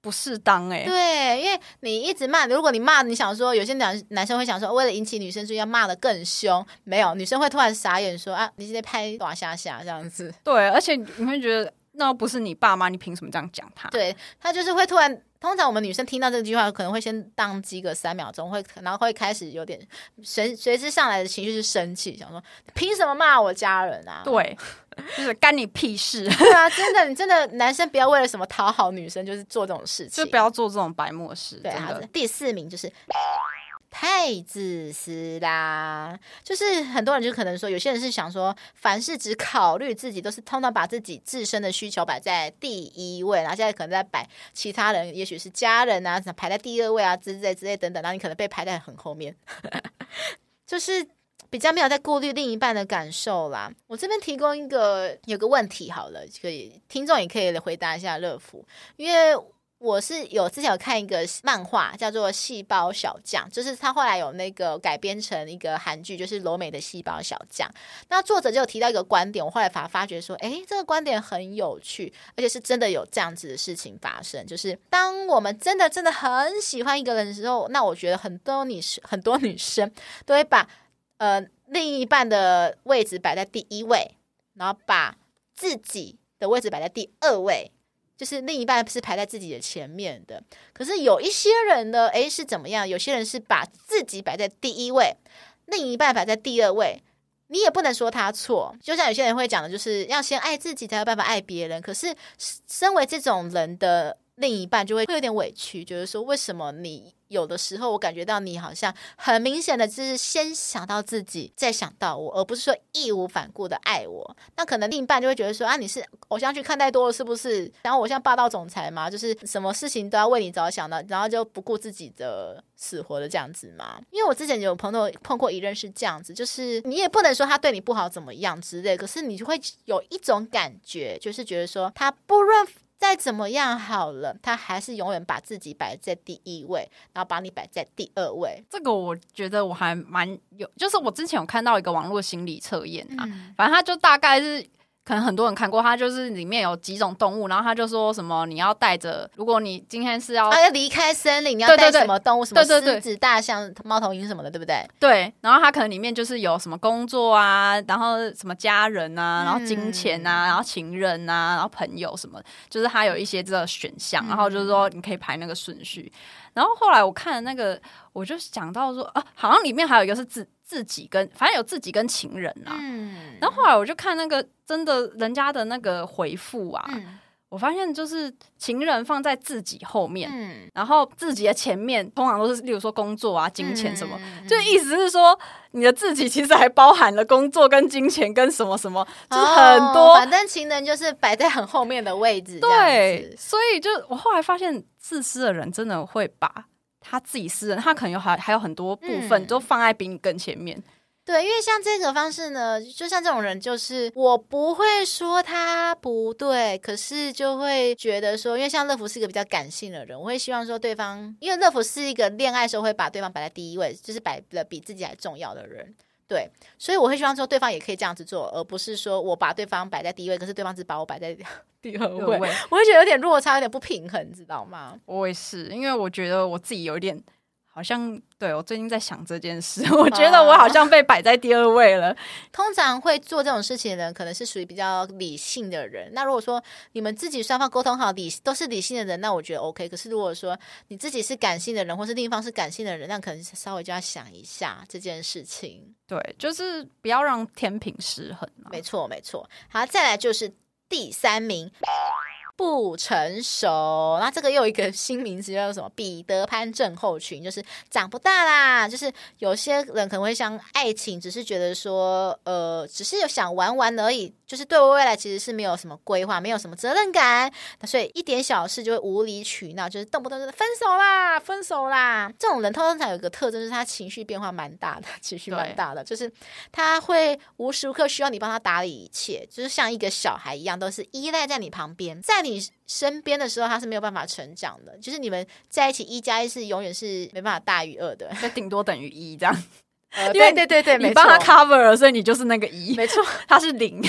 不适当哎、欸。 对，因为你一直骂，如果你骂，你想说有些男男生会想说，为了引起女生注意要骂得更凶，没有，女生会突然傻眼说啊，你是在拍短下下这样子。 对，而且你会觉得那又不是你爸妈，你凭什么这样讲他？ 对，他就是会突然，通常我们女生听到这句话，可能会先当机个三秒钟，会然后会开始有点随随之上来的情绪是生气，想说凭什么骂我家人啊？ 对，就是干你屁事。 对啊，真的，你真的男生不要为了什么讨好女生，就是做这种事情， 就不要做这种白目事。 对，好的。第四名就是太自私啦，就是很多人就可能说，有些人是想说，凡事只考虑自己，都是通常把自己自身的需求摆在第一位，然后现在可能在摆其他人，也许是家人啊，排在第二位啊，之类之类等等，然后你可能被排在很后面，就是比较没有在顾虑另一半的感受啦。我这边提供一个有个问题好了，可以听众也可以回答一下乐福，因为我是有之前有看一个漫画叫做《细胞小将》，就是他后来有那个改编成一个韩剧，就是柔美的细胞小将。那作者就有提到一个观点，我后来发发觉说，哎，这个观点很有趣，而且是真的有这样子的事情发生。就是当我们真的真的很喜欢一个人的时候，那我觉得很多女生很多女生都会把呃另一半的位置摆在第一位，然后把自己的位置摆在第二位。就是另一半是排在自己的前面的，可是有一些人呢，诶是怎么样？有些人是把自己摆在第一位，另一半摆在第二位，你也不能说他错。就像有些人会讲的，就是要先爱自己才有办法爱别人。可是身为这种人的另一半就会会有点委屈，就是说为什么你有的时候我感觉到你好像很明显的就是先想到自己再想到我，而不是说义无反顾的爱我。那可能另一半就会觉得说啊，你是偶像剧看太多了是不是？然后我像霸道总裁嘛，就是什么事情都要为你着想的，然后就不顾自己的死活的这样子嘛。因为我之前有朋友碰过一任是这样子，就是你也不能说他对你不好怎么样之类，可是你就会有一种感觉，就是觉得说他不论再怎么样好了，他还是永远把自己摆在第一位，然后把你摆在第二位。 这个我觉得我还蛮有，就是我之前有看到一个网络心理测验啊、 嗯， 反正他就大概是可能很多人看过，他就是里面有几种动物，然后他就说什么你要带着，如果你今天是要啊要离开森林，你要带什么动物？ 对对对什么狮子、大象、猫头鹰什么的，对不对？ 对，然后他可能里面就是有什么工作啊，然后什么家人啊，然后金钱啊， 嗯、 然后情人啊，然后朋友什么，就是他有一些这个选项， 嗯、 然后就是说你可以排那个顺序。然后后来我看了那个，我就想到说啊，好像里面还有一个是自自己跟，反正有自己跟情人啊。嗯，然后后来我就看那个真的人家的那个回复啊。嗯，我发现就是情人放在自己后面、嗯、然后自己的前面通常都是例如说工作啊金钱什么、嗯、就意思是说你的自己其实还包含了工作跟金钱跟什么什么，就是很多、 哦、反正情人就是摆在很后面的位置。 对，所以就我后来发现自私的人真的会把他自己私人，他可能有还还有很多部分都放在比你更前面、嗯， 对，因为像这个方式呢，就像这种人，就是我不会说他不对，可是就会觉得说，因为像乐福是一个比较感性的人，我会希望说对方，因为乐福是一个恋爱时候会把对方摆在第一位，就是摆了比自己还重要的人。对，所以我会希望说对方也可以这样子做，而不是说我把对方摆在第一位，可是对方只把我摆在第二位，我会觉得有点落差，有点不平衡，你知道吗？ 我也是，因为我觉得我自己有点好像，对，我最近在想这件事，我觉得我好像被摆在第二位了、啊、 通常会做这种事情的人可能是属于比较理性的人，那如果说你们自己双方沟通好理都是理性的人，那我觉得 OK。 可是如果说你自己是感性的人，或是另一方是感性的人，那可能稍微就要想一下这件事情。 对，就是不要让天平失衡、啊、 没错没错。好，再来就是第三名，不成熟。那这个又有一个新名词叫做什么彼得潘症候群，就是长不大啦，就是有些人可能会像爱情只是觉得说呃，只是有想玩玩而已，就是对我未来其实是没有什么规划，没有什么责任感，所以一点小事就会无理取闹，就是动不动就是分手啦分手啦。这种人通常有一个特征，就是他情绪变化蛮大的，情绪蛮大的，就是他会无时无刻需要你帮他打理一切，就是像一个小孩一样，都是依赖在你旁边，在你身边的时候他是没有办法成长的，就是你们在一起一加一是永远是没办法大于二的， 就顶多等于一这样。 呃、对对对对， 你帮他 cover 了，所以你就是那个一， 没错， 他是零。 对，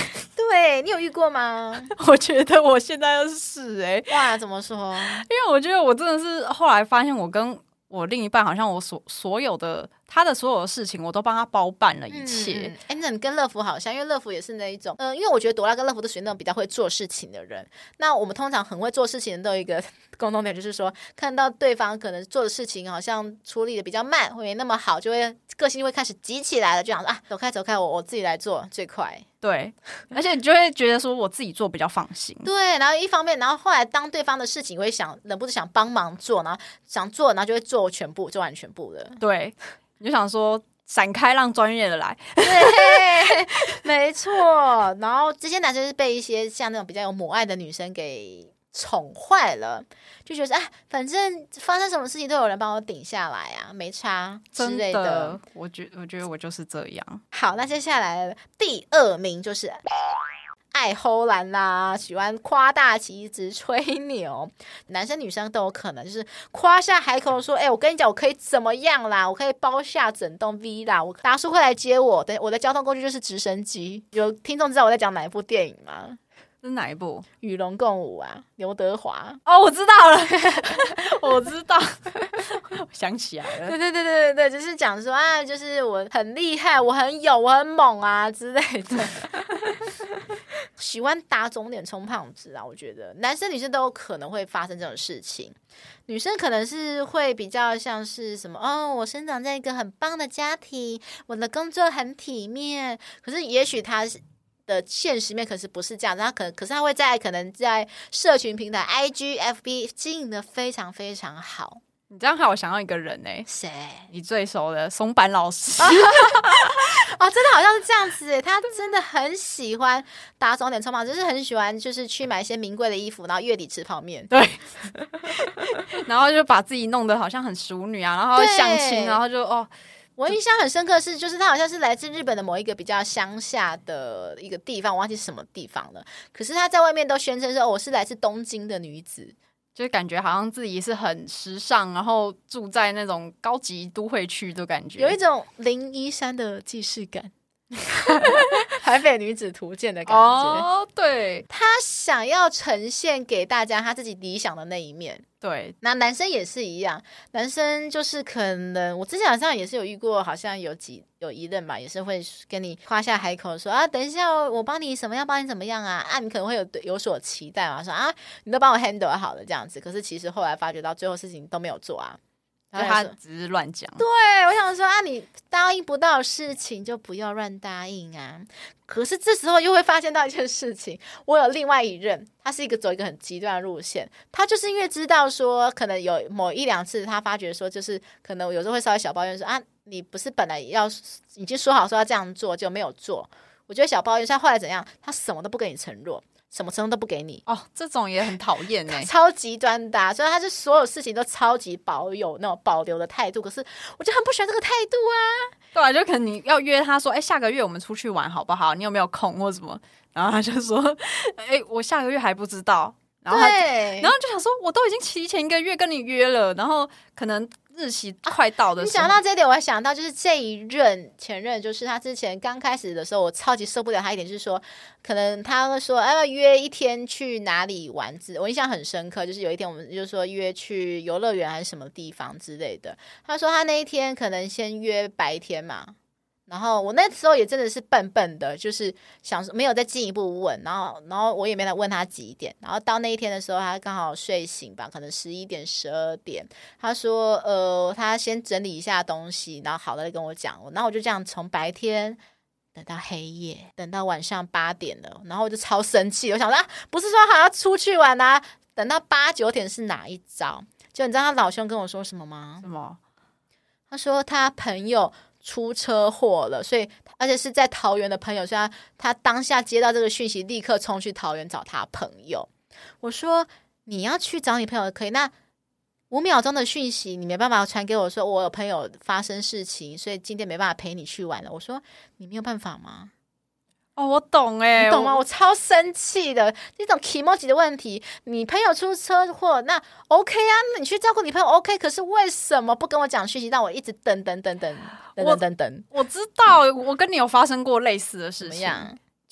对，你有遇过吗？ 我觉得我现在是哎、欸， 哇，怎么说？ 因为我觉得我真的是后来发现，我跟我另一半好像我所所有的他的所有的事情，我都帮他包办了一切。 哎、嗯嗯，那你跟乐福好像，因为乐福也是那一种，呃，因为我觉得朵拉跟乐福都属于那种比较会做事情的人。那我们通常很会做事情的都有一个共同点，就是说看到对方可能做的事情好像处理的比较慢，或没那么好，就会个性就会开始急起来了，就想说啊，走开走开，我我自己来做最快。 对，而且你就会觉得说我自己做比较放心。 对，然后一方面，然后后来当对方的事情，我会想忍不住想帮忙做，然后想做，然后就会做全部，做完全部的。 对，你就想说闪开，让专业的来。 对，没错。然后这些男生是被一些像那种比较有母爱的女生给宠坏了，就觉得啊，反正发生什么事情都有人帮我顶下来啊，没差之类的。 真的，我觉我觉得我就是这样。 好，那接下来第二名就是爱齁懒啦，喜欢夸大其词、吹牛，男生女生都有可能，就是夸下海口说：“哎、欸，我跟你讲，我可以怎么样啦？我可以包下整栋 V 啦，我达叔会来接我。等我的交通工具就是直升机。”有听众知道我在讲哪一部电影吗？ 这是哪一部？ 与龙共舞啊，刘德华。 哦，我知道了，我知道，我想起来了。 对对对对对对，就是讲说啊，就是我很厉害，我很勇，我很猛啊之类的。喜欢打肿脸充胖子啊，我觉得男生女生都有可能会发生这种事情。女生可能是会比较像是什么哦，我生长在一个很棒的家庭，我的工作很体面，可是也许他的现实面可是不是这样，他可能可是他会在可能在社群平台 I G F B 经营的非常非常好。 你这样害我想到一个人呢、欸， 谁？ 你最熟的松坂老师。 哦，真的好像是这样子耶，他真的很喜欢打肿脸充胖子，就是很喜欢就是去买一些名贵的衣服，然后月底吃泡面。 对，然后就把自己弄得好像很淑女啊，然后相亲，然后就哦。 我印象很深刻的是，就是他好像是来自日本的某一个比较乡下的一个地方，我忘记是什么地方了。可是他在外面都宣称说、哦、我是来自东京的女子， 就感觉好像自己是很时尚，然后住在那种高级都会区的感觉， 有一种林依珊的既视感。台北女子图鉴的感觉。 哦，对， 他想要呈现给大家他自己理想的那一面。 对， 那男生也是一样，男生就是可能我之前好像也是有遇过，好像有几有一任吧，也是会跟你夸下海口说啊，等一下我帮你什么样，帮你怎么样啊，啊，你可能会有有所期待嘛，说啊，你都帮我 handle 好了这样子，可是其实后来发觉到最后事情都没有做啊。 就他只是乱讲。 对，我想说啊，你答应不到的事情就不要乱答应啊。可是这时候又会发现到一件事情，我有另外一任，他是一个走一个很极端的路线，他就是因为知道说，可能有某一两次他发觉说，就是可能有时候会稍微小抱怨说啊，你不是本来要已经说好说要这样做，就没有做。我觉得小抱怨，他后来怎样，他什么都不跟你承诺。什么承诺都不给你哦，这种也很讨厌哎， 超极端的、啊，所以他是所有事情都超级保有那种保留的态度。可是我就很不喜欢这个态度啊。 对啊，就可能你要约他说，哎、欸，下个月我们出去玩好不好？你有没有空或什么？然后他就说，哎、欸，我下个月还不知道。然后他，然后就想说，我都已经提前一个月跟你约了，然后可能日期快到的时候， 啊、你讲到这一点，我还想到就是这一任前任，就是他之前刚开始的时候，我超级受不了他一点，就是说，可能他会说，哎、啊，要约一天去哪里玩之，我印象很深刻，就是有一天我们就说约去游乐园还是什么地方之类的，他说他那一天可能先约白天嘛。然后我那时候也真的是笨笨的，就是想没有再进一步问，然后然后我也没来问他几点，然后到那一天的时候，他刚好睡醒吧，可能十一点、十二点，他说呃，他先整理一下东西，然后好了跟我讲，然后我就这样从白天等到黑夜，等到晚上八点了，然后我就超生气，我想说啊，不是说好要出去玩啊，等到八九点是哪一招？就你知道他老兄跟我说什么吗？ 什么？ 他说他朋友出车祸了，所以而且是在桃园的朋友，所以他他当下接到这个讯息，立刻冲去桃园找他朋友。我说你要去找你朋友可以，那五秒钟的讯息你没办法传给我说我有朋友发生事情，所以今天没办法陪你去玩了。我说你没有办法吗？ 哦，我懂哎、欸， 你懂吗？我, 我超生气的，这种 kimoji 的问题，你朋友出车祸，那 OK 啊，那你去照顾你朋友 OK， 可是为什么不跟我讲讯息，让我一直等等等等等等等等？ 我知道，我跟你有发生过类似的事情， 怎么样？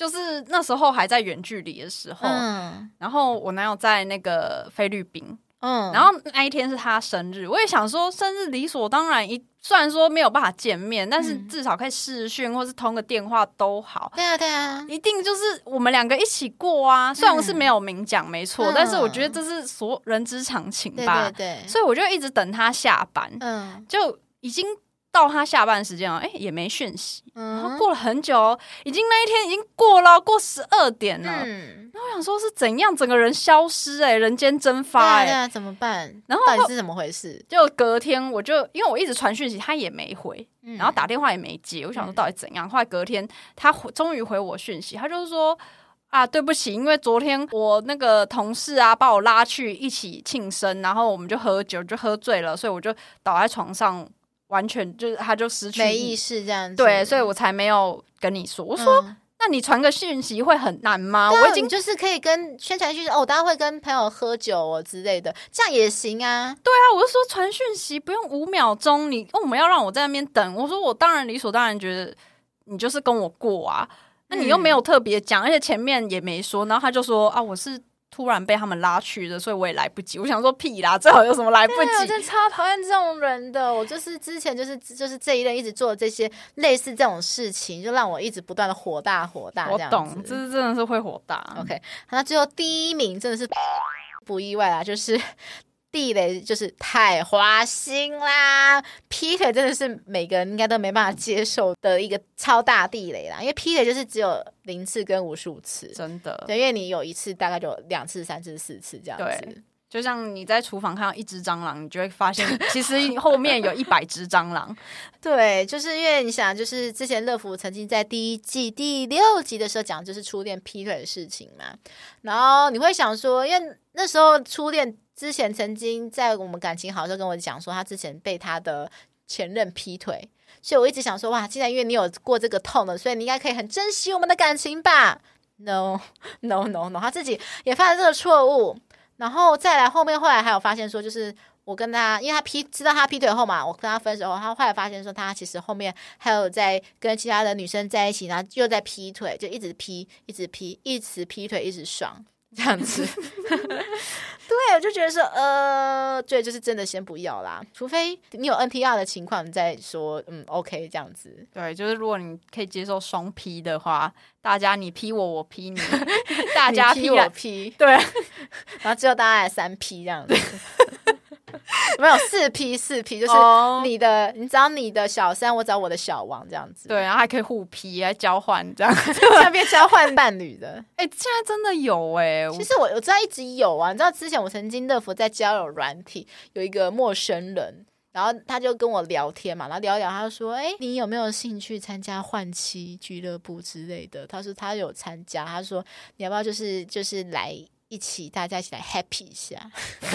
就是那时候还在远距离的时候，嗯，然后我男友在那个菲律宾，嗯，然后那一天是他生日，我也想说生日理所当然一。虽然说没有办法见面，但是至少可以视讯或是通个电话都好。 对啊，对啊， 一定就是我们两个一起过啊。虽然我是没有明讲，没错、嗯，但是我觉得这是所人之常情吧。 对对对， 所以我就一直等他下班，嗯，就已经到他下班的时间了，哎、欸，也没讯息、嗯。然后过了很久，已经那一天已经过了，过十二点了。嗯，然后我想说是怎样，整个人消失、欸，哎，人间蒸发、欸，哎、 啊，对啊，怎么办？ 然后到底是怎么回事？ 就隔天我就因为我一直传讯息，他也没回，嗯、然后打电话也没接，我想说到底怎样？嗯、后来隔天他终于回我讯息，他就是说啊，对不起，因为昨天我那个同事啊把我拉去一起庆生，然后我们就喝酒，就喝醉了，所以我就倒在床上。完全就是他就失去没意识这样子， 对，所以我才没有跟你说。我说，嗯、那你传个讯息会很难吗？ 我已经就是可以跟宣传讯息哦，我当然会跟朋友喝酒哦之类的，这样也行啊。 对啊，我就说传讯息不用五秒钟，你为什么要让我在那边等？我说我当然理所当然觉得你就是跟我过啊，那你又没有特别讲、嗯，而且前面也没说，然后他就说啊，我是。突然被他们拉去的，所以我也来不及。我想说屁啦，最好有什么来不及？ 我真的超讨厌这种人的。我就是之前就是就是这一任一直做这些类似这种事情，就让我一直不断的火大火大这样子。 我懂，这真的是会火大。 OK， 那最后第一名真的是不意外啦，就是地雷，就是太花心啦。劈腿真的是每个人应该都没办法接受的一个超大地雷啦，因为劈腿就是只有零次跟无数次， 真的。 对，因为你有一次大概就两次、三次、四次这样子。 对，就像你在厨房看到一只蟑螂，你就会发现其实后面有一百只蟑螂。 对，就是因为你想，就是之前乐福曾经在第一季第六集的时候讲，就是初恋劈腿的事情嘛。然后你会想说，因为那时候初恋之前曾经在我们感情好的时候跟我讲说，他之前被他的前任劈腿。所以我一直想说，哇，既然因为你有过这个痛了，所以你应该可以很珍惜我们的感情吧 ？No No No No， 他自己也犯了这个错误，然后再来后面后来还有发现说，就是我跟他，因为他劈知道他劈腿后嘛，我跟他分手后，他后来发现说，他其实后面还有在跟其他的女生在一起，然后又在劈腿，就一直劈，一直劈，一直劈腿，一直爽。这样子对，我就觉得说呃对，就是真的先不要啦，除非你有 N T R 的情况你再说嗯 OK 这样子。 对，就是如果你可以接受双劈的话，大家你劈我我劈你大家劈我劈， 对然后最后大家来三劈这样子没有四劈四劈，就是你的、oh. 你找你的小三，我找我的小王这样子。 对，然后还可以互劈，还交换这样， 下面交换伴侣的。 哎、欸，现在真的有哎、 欸。其实我我知道一直有啊，你知道之前我曾经乐福在交友软体有一个陌生人，然后他就跟我聊天嘛，然后聊一聊，他就说：“哎、欸，你有没有兴趣参加换妻俱乐部之类的？”他说他有参加，他说你要不要就是就是来。一起大家一起来 happy 一下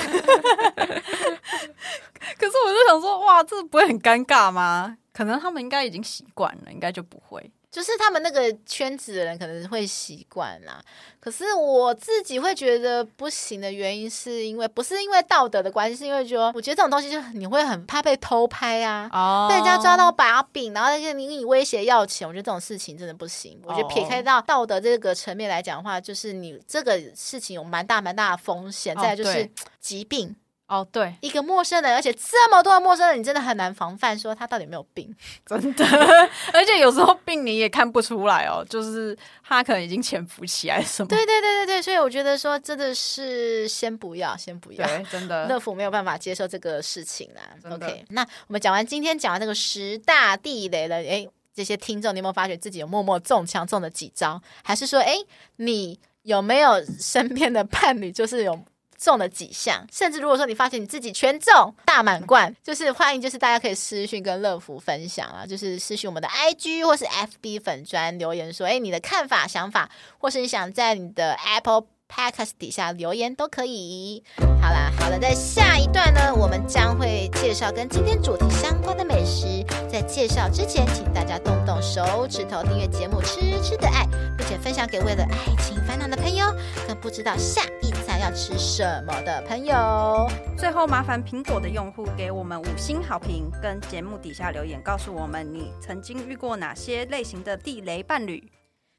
可是我就想说哇，这不会很尴尬吗？可能他们应该已经习惯了，应该就不会， 就是他们那个圈子的人可能会习惯啦。可是我自己会觉得不行的原因是因为不是因为道德的关系，是因为说我觉得这种东西就你会很怕被偷拍啊、oh. 被人家抓到把柄，然后跟你威胁要钱，我觉得这种事情真的不行。我觉得撇开到道德这个层面来讲的话，就是你这个事情有蛮大蛮大的风险、oh, 再来就是疾病哦、oh, 对， 一个陌生人，而且这么多的陌生人，你真的很难防范说他到底有没有病， 真的而且有时候病你也看不出来哦，就是他可能已经潜伏起来什么。 对对对对对，所以我觉得说真的是先不要先不要， 对，真的乐福没有办法接受这个事情啦。 OK， 那我们讲完今天讲完这个十大地雷了，诶，这些听众你有没有发觉自己有默默中枪中的几招，还是说诶你有没有身边的伴侣就是有中了几项，甚至如果说你发现你自己全中大满贯，就是欢迎就是大家可以私讯跟乐福分享啊，就是私讯我们的 I G 或是 F B 粉专留言说哎你的看法想法，或是你想在你的 Apple Podcast 底下留言都可以。好啦好了，在下一段呢我们将会介绍跟今天主题相关的美食，在介绍之前请大家动动手指头订阅节目吃吃的爱，并且分享给为了爱情烦恼的朋友，更不知道下一餐要吃什么的朋友。 最后麻烦苹果的用户给我们五星好评，跟节目底下留言告诉我们你曾经遇过哪些类型的地雷伴侣。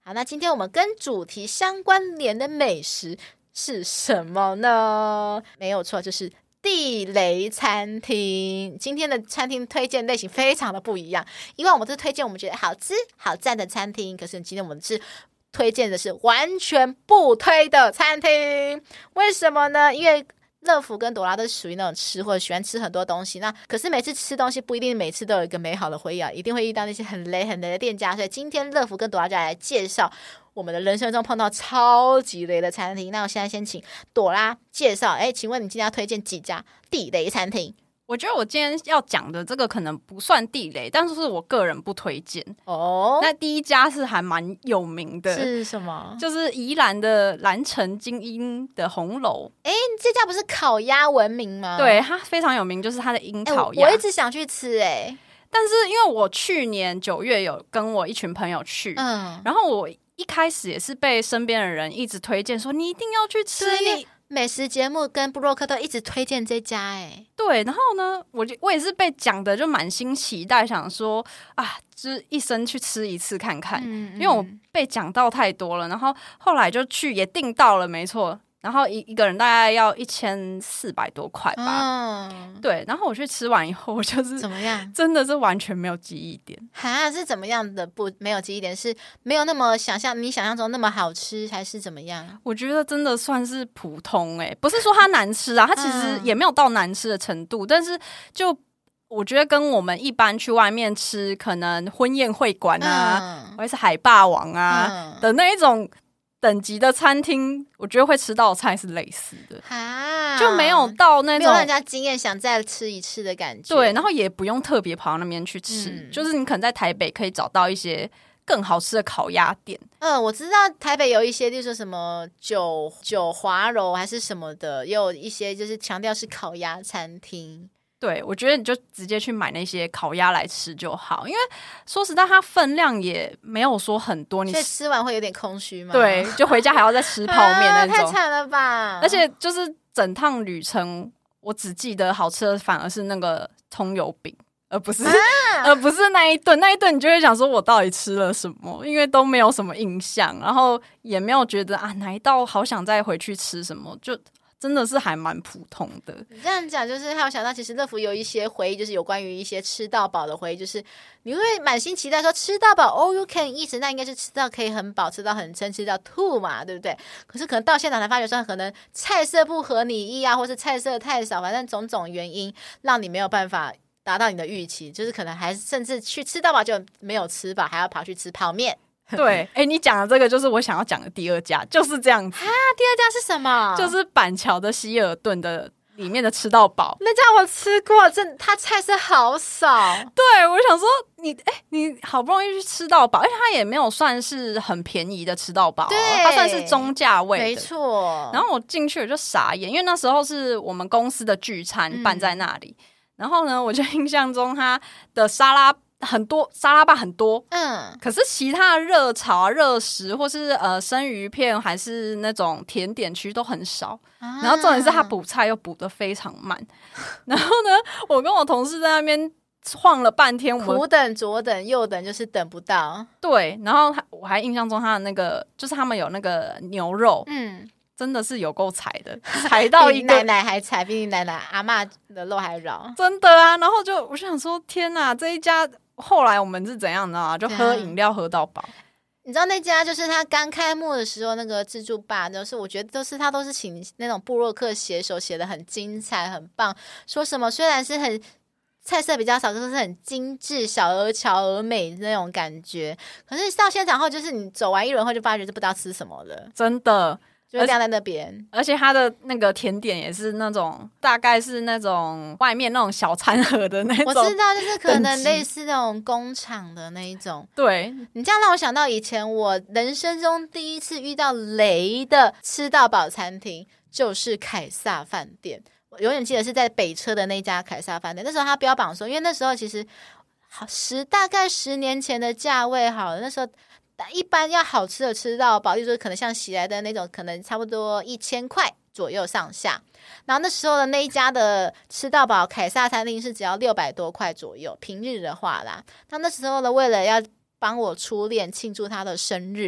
好，那今天我们跟主题相关联的美食是什么呢？没有错，就是地雷餐厅。今天的餐厅推荐类型非常的不一样，因为我们是推荐我们觉得好吃好赞的餐厅，可是今天我们是推荐的是完全不推的餐厅。为什么呢？因为乐福跟朵拉都是属于那种吃或者喜欢吃很多东西，那可是每次吃东西不一定每次都有一个美好的回忆啊，一定会遇到那些很雷很雷的店家，所以今天乐福跟朵拉就来介绍我们的人生中碰到超级雷的餐厅。那我现在先请朵拉介绍，哎，请问你今天要推荐几家地雷餐厅？ 我觉得我今天要讲的这个可能不算地雷，但是我个人不推荐哦。 那第一家是还蛮有名的， 是什么？ 就是宜兰的蓝城精英的红楼。 哎，这家不是烤鸭闻名吗？ 对，它非常有名，就是它的樱桃鸭。 我一直想去吃哎、欸， 但是因为我去年九月有跟我一群朋友去，嗯，然后我一开始也是被身边的人一直推荐说你一定要去吃，你美食节目跟部落客都一直推荐这家哎、欸， 对，然后呢，我就我也是被讲的就满心期待，想说啊，就是一生去吃一次看看，嗯嗯因为我被讲到太多了，然后后来就去也订到了，没错。然后一一个人大概要一千四百多块吧、嗯，对。然后我去吃完以后，我就是怎么样？ 真的是完全没有记忆点。 哈，是怎么样的不没有记忆点？是没有那么想象你想象中那么好吃，还是怎么样？ 我觉得真的算是普通哎、欸，不是说它难吃啊，它其实也没有到难吃的程度，嗯、但是就我觉得跟我们一般去外面吃，可能婚宴会馆啊，嗯、或者是海霸王啊、嗯、的那一种。等级的餐厅，我觉得会吃到的菜是类似的，啊，就没有到那种没有让人家惊艳想再吃一次的感觉。 对，然后也不用特别跑到那边去吃、嗯，就是你可能在台北可以找到一些更好吃的烤鸭店。 嗯，我知道台北有一些，例如说什么九九华楼还是什么的，也有一些就是强调是烤鸭餐厅。 对，我觉得你就直接去买那些烤鸭来吃就好，因为说实在它分量也没有说很多，你所以吃完会有点空虚吗？ 对，就回家还要再吃泡面那种、 啊、太惨了吧。 而且就是整趟旅程我只记得好吃的反而是那个葱油饼，而不是、啊、而不是那一顿那一顿你就会想说我到底吃了什么，因为都没有什么印象，然后也没有觉得啊哪一道好想再回去吃什么，就真的是还蛮普通的。 你这样讲就是还有想到其实乐福有一些回忆，就是有关于一些吃到饱的回忆，就是你会满心期待说吃到饱 all you can eat， 那应该是吃到可以很饱，吃到很撑，吃到吐嘛，对不对？可是可能到现场才发觉说可能菜色不合你意啊，或是菜色太少，反正种种原因让你没有办法达到你的预期，就是可能还甚至去吃到饱就没有吃饱，还要跑去吃泡面。 对，哎、欸，你讲的这个就是我想要讲的第二家，就是这样子啊。第二家是什么？ 就是板桥的希尔顿的里面的吃到饱。 那家我吃过，真它菜色好少。 对，我想说你，哎、欸，你好不容易去吃到饱，而且它也没有算是很便宜的吃到饱、哦， 对， 它算是中价位的， 没错。 然后我进去我就傻眼，因为那时候是我们公司的聚餐办在那里，嗯、然后呢，我就印象中它的沙拉。很多沙拉吧很多，嗯，可是其他的热炒、热食或是呃生鱼片还是那种甜点区都很少、啊，然后重点是他补菜又补得非常慢，然后呢，我跟我同事在那边晃了半天，我苦等左等右等，就是等不到。 对，然后我还印象中他的那个就是他们有那个牛肉，嗯。真的是有够踩的，踩到一个比你奶奶还踩，比你奶奶阿嬷的肉还绕， 真的啊！然后就我就想说，天哪，这一家后来我们是怎样的啊？就喝饮料喝到饱。 你知道那家就是他刚开幕的时候，那个自助吧，就是我觉得都是他都是请那种部落客写手写的很精彩、很棒，说什么虽然是很菜色比较少，就是很精致、小而巧而美那种感觉。可是到现场后，就是你走完一轮后，就发觉就不知道吃什么了， 真的。 就晾在那边， 而且它的那个甜点也是那种，大概是那种外面那种小餐盒的那种。 我知道，就是可能类似那种工厂的那一种。 对， 你这样让我想到以前我人生中第一次遇到雷的吃到饱餐厅，就是凯撒饭店。我永远记得是在北车的那家凯撒饭店，那时候他标榜说，因为那时候其实好十大概十年前的价位好了，那时候。一般要好吃的吃到饱，例如说可能像喜来的那种，可能差不多一千块左右上下。然后那时候的那一家的吃到饱凯撒餐厅是只要六百多块左右，平日的话啦。那那时候呢，为了要帮我初恋庆祝他的生日，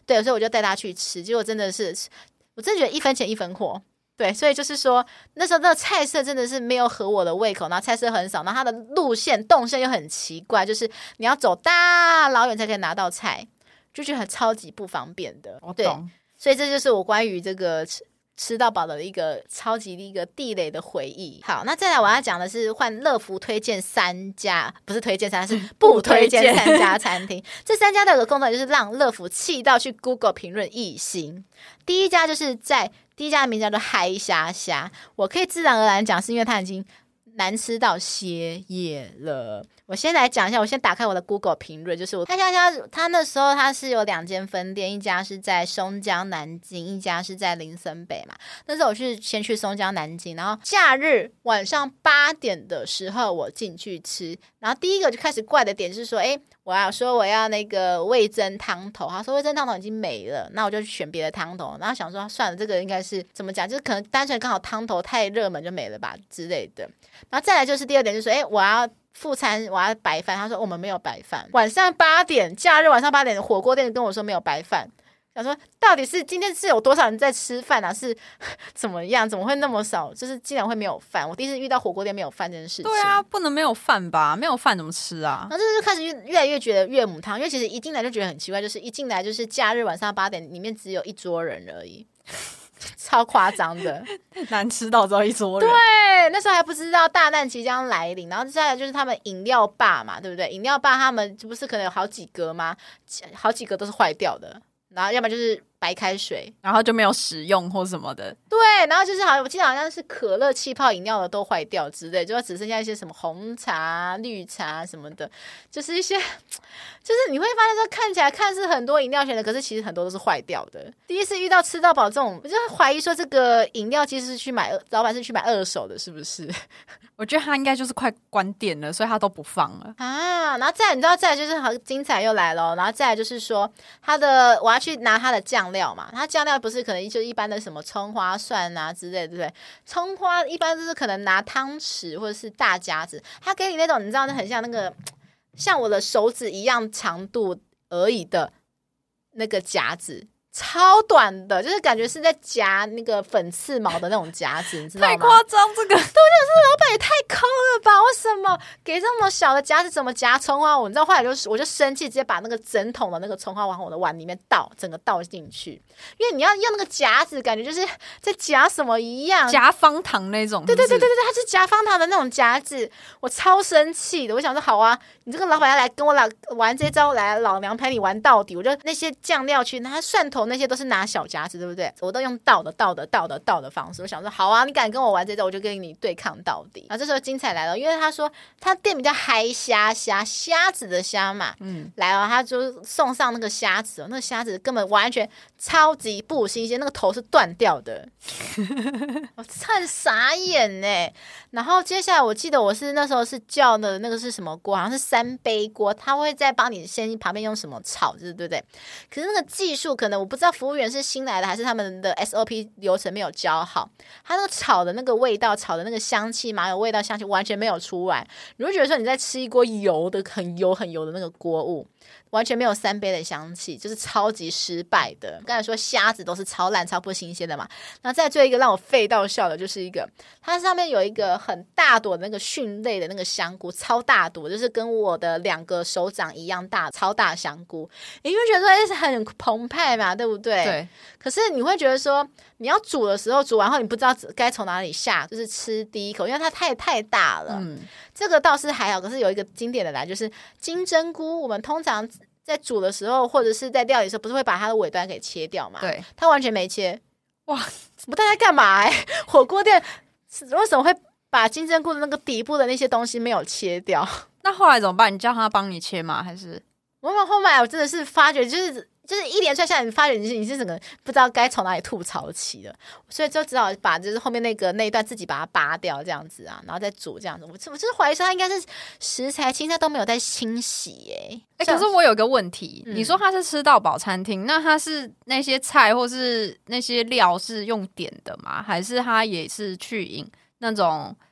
对，所以我就带他去吃，结果真的是我真的觉得一分钱一分货。对，所以就是说那时候那个菜色真的是没有合我的胃口，然后菜色很少，然后它的路线动线又很奇怪，就是你要走大老远才可以拿到菜，就觉得很超级不方便的。 我懂。 对，所以这就是我关于这个吃吃到饱的一个超级的一个地雷的回忆。好，那再来我要讲的是换乐福推荐三家，不是推荐三家，是不推荐三家餐厅。这三家都有个共同点，就是让乐福气到去 Google 评论一星。第一家就是在第一家的名叫做嗨虾虾，我可以自然而然讲，是因为它已经难吃到歇业了。我先来讲一下，我先打开我的 Google 评论，就是我嗨虾虾，它那时候它是有两间分店，一家是在松江南京，一家是在林森北嘛。那时候我是先去松江南京，然后假日晚上八点的时候我进去吃，然后第一个就开始怪的点是说，哎，我要说我要那个味噌汤头，他说味噌汤头已经没了，那我就选别的汤头，然后想说算了，这个应该是怎么讲，就是可能单纯刚好汤头太热门就没了吧之类的。然后再来就是第二点，就是说，哎，我要副餐，我要白饭，他说我们没有白饭。晚上八点，假日晚上八点，火锅店跟我说没有白饭。想说到底是今天是有多少人在吃饭啊？是怎么样？怎么会那么少？就是竟然会没有饭！我第一次遇到火锅店没有饭这件事情。 对啊，不能没有饭吧？没有饭怎么吃啊？ 然后这就开始越越来越觉得岳母汤，因为其实一进来就觉得很奇怪，就是一进来就是假日晚上八点，里面只有一桌人而已。超夸张的， 难吃到只有一桌人。 对，那时候还不知道大难即将来临，然后接下来就是他们饮料吧嘛，对不对？饮料吧他们不是可能有好几格吗？好几个都是坏掉的，然后要不然就是白开水， 然后就没有使用或什么的。 对，然后就是好像我记得好像是可乐、气泡饮料的都坏掉之类，就只剩下一些什么红茶、绿茶什么的，就是一些，就是你会发现说看起来看似很多饮料选的，可是其实很多都是坏掉的。第一次遇到吃到饱这种，我就怀疑说这个饮料其实是去买，老板是去买二手的，是不是？ 我觉得他应该就是快关店了，所以他都不放了啊。然后再来你知道再来就是好精彩又来了，然后再来就是说他的我要去拿他的酱料嘛，他酱料不是可能就一般的什么葱花蒜啊之类的，对不对？葱花一般就是可能拿汤匙或者是大夹子，他给你那种你知道那很像那个像我的手指一样长度而已的那个夹子。超短的，就是感觉是在夹那个粉刺毛的那种夹子，你知道吗？ 太夸张，这个对， 我想说老板也太抠了吧？为什么给这么小的夹子？怎么夹葱花？我你知道后来就是我就生气，直接把那个整桶的那个葱花往我的碗里面倒，整个倒进去。因为你要用那个夹子，感觉就是在夹什么一样， 夹方糖那种。 对对对对对，它是夹方糖的那种夹子，我超生气的。我想说好啊，你这个老板要来跟我老玩这招，来老娘陪你玩到底。我就那些酱料去，那蒜头。那些都是拿小夹子，对不对？我都用倒的、倒的、倒的、倒的方式。我想说，好啊，你敢跟我玩这招，我就跟你对抗到底。然后这时候精彩来了，因为他说他店名叫嗨虾虾，虾子的虾嘛，嗯，来了，他就送上那个虾子，那个虾子根本完全超级不新鲜，那个头是断掉的，我很傻眼呢。然后接下来我记得我是那时候是叫的那个是什么锅，好像是三杯锅，他会再帮你先旁边用什么炒，对不对？可是那个技术可能我不知道服务员是新来的还是他们的 S O P 流程没有教好，他那个炒的那个味道，炒的那个香气麻油味道香气完全没有出来，你会觉得说你在吃一锅油的很油很油的那个锅物，完全没有三杯的香气，就是超级失败的。刚才说虾子都是超烂超不新鲜的嘛，然后再最后一个让我废到笑的就是一个它上面有一个很大朵的那个蕈类的那个香菇，超大朵，就是跟我的两个手掌一样大，超大香菇，你会觉得说哎是很澎湃嘛，对不对？ 对。 可是你会觉得说你要煮的时候，煮完后你不知道该从哪里下，就是吃第一口，因为它太太大了。嗯，这个倒是还好，可是有一个经典的来就是金针菇，我们通常在煮的时候或者是在料理的时候，不是会把它的尾端给切掉嘛？ 对， 它完全没切。 哇， 不知道在干嘛、欸？火锅店为什么会把金针菇的那个底部的那些东西没有切掉？ 那后来怎么办？你叫他帮你切吗？还是我后来我真的是发觉，就是就是一连串下来，你发觉你是你是整个不知道该从哪里吐槽起的，所以就只好把就是后面那个那一段自己把它拔掉，这样子啊，然后再煮这样子。我我就是怀疑说他应该是食材青菜都没有在清洗耶、欸。 哎、欸，可是我有个问题、嗯，你说他是吃到饱餐厅，那他是那些菜或是那些料是用点的吗？还是他也是去饮那种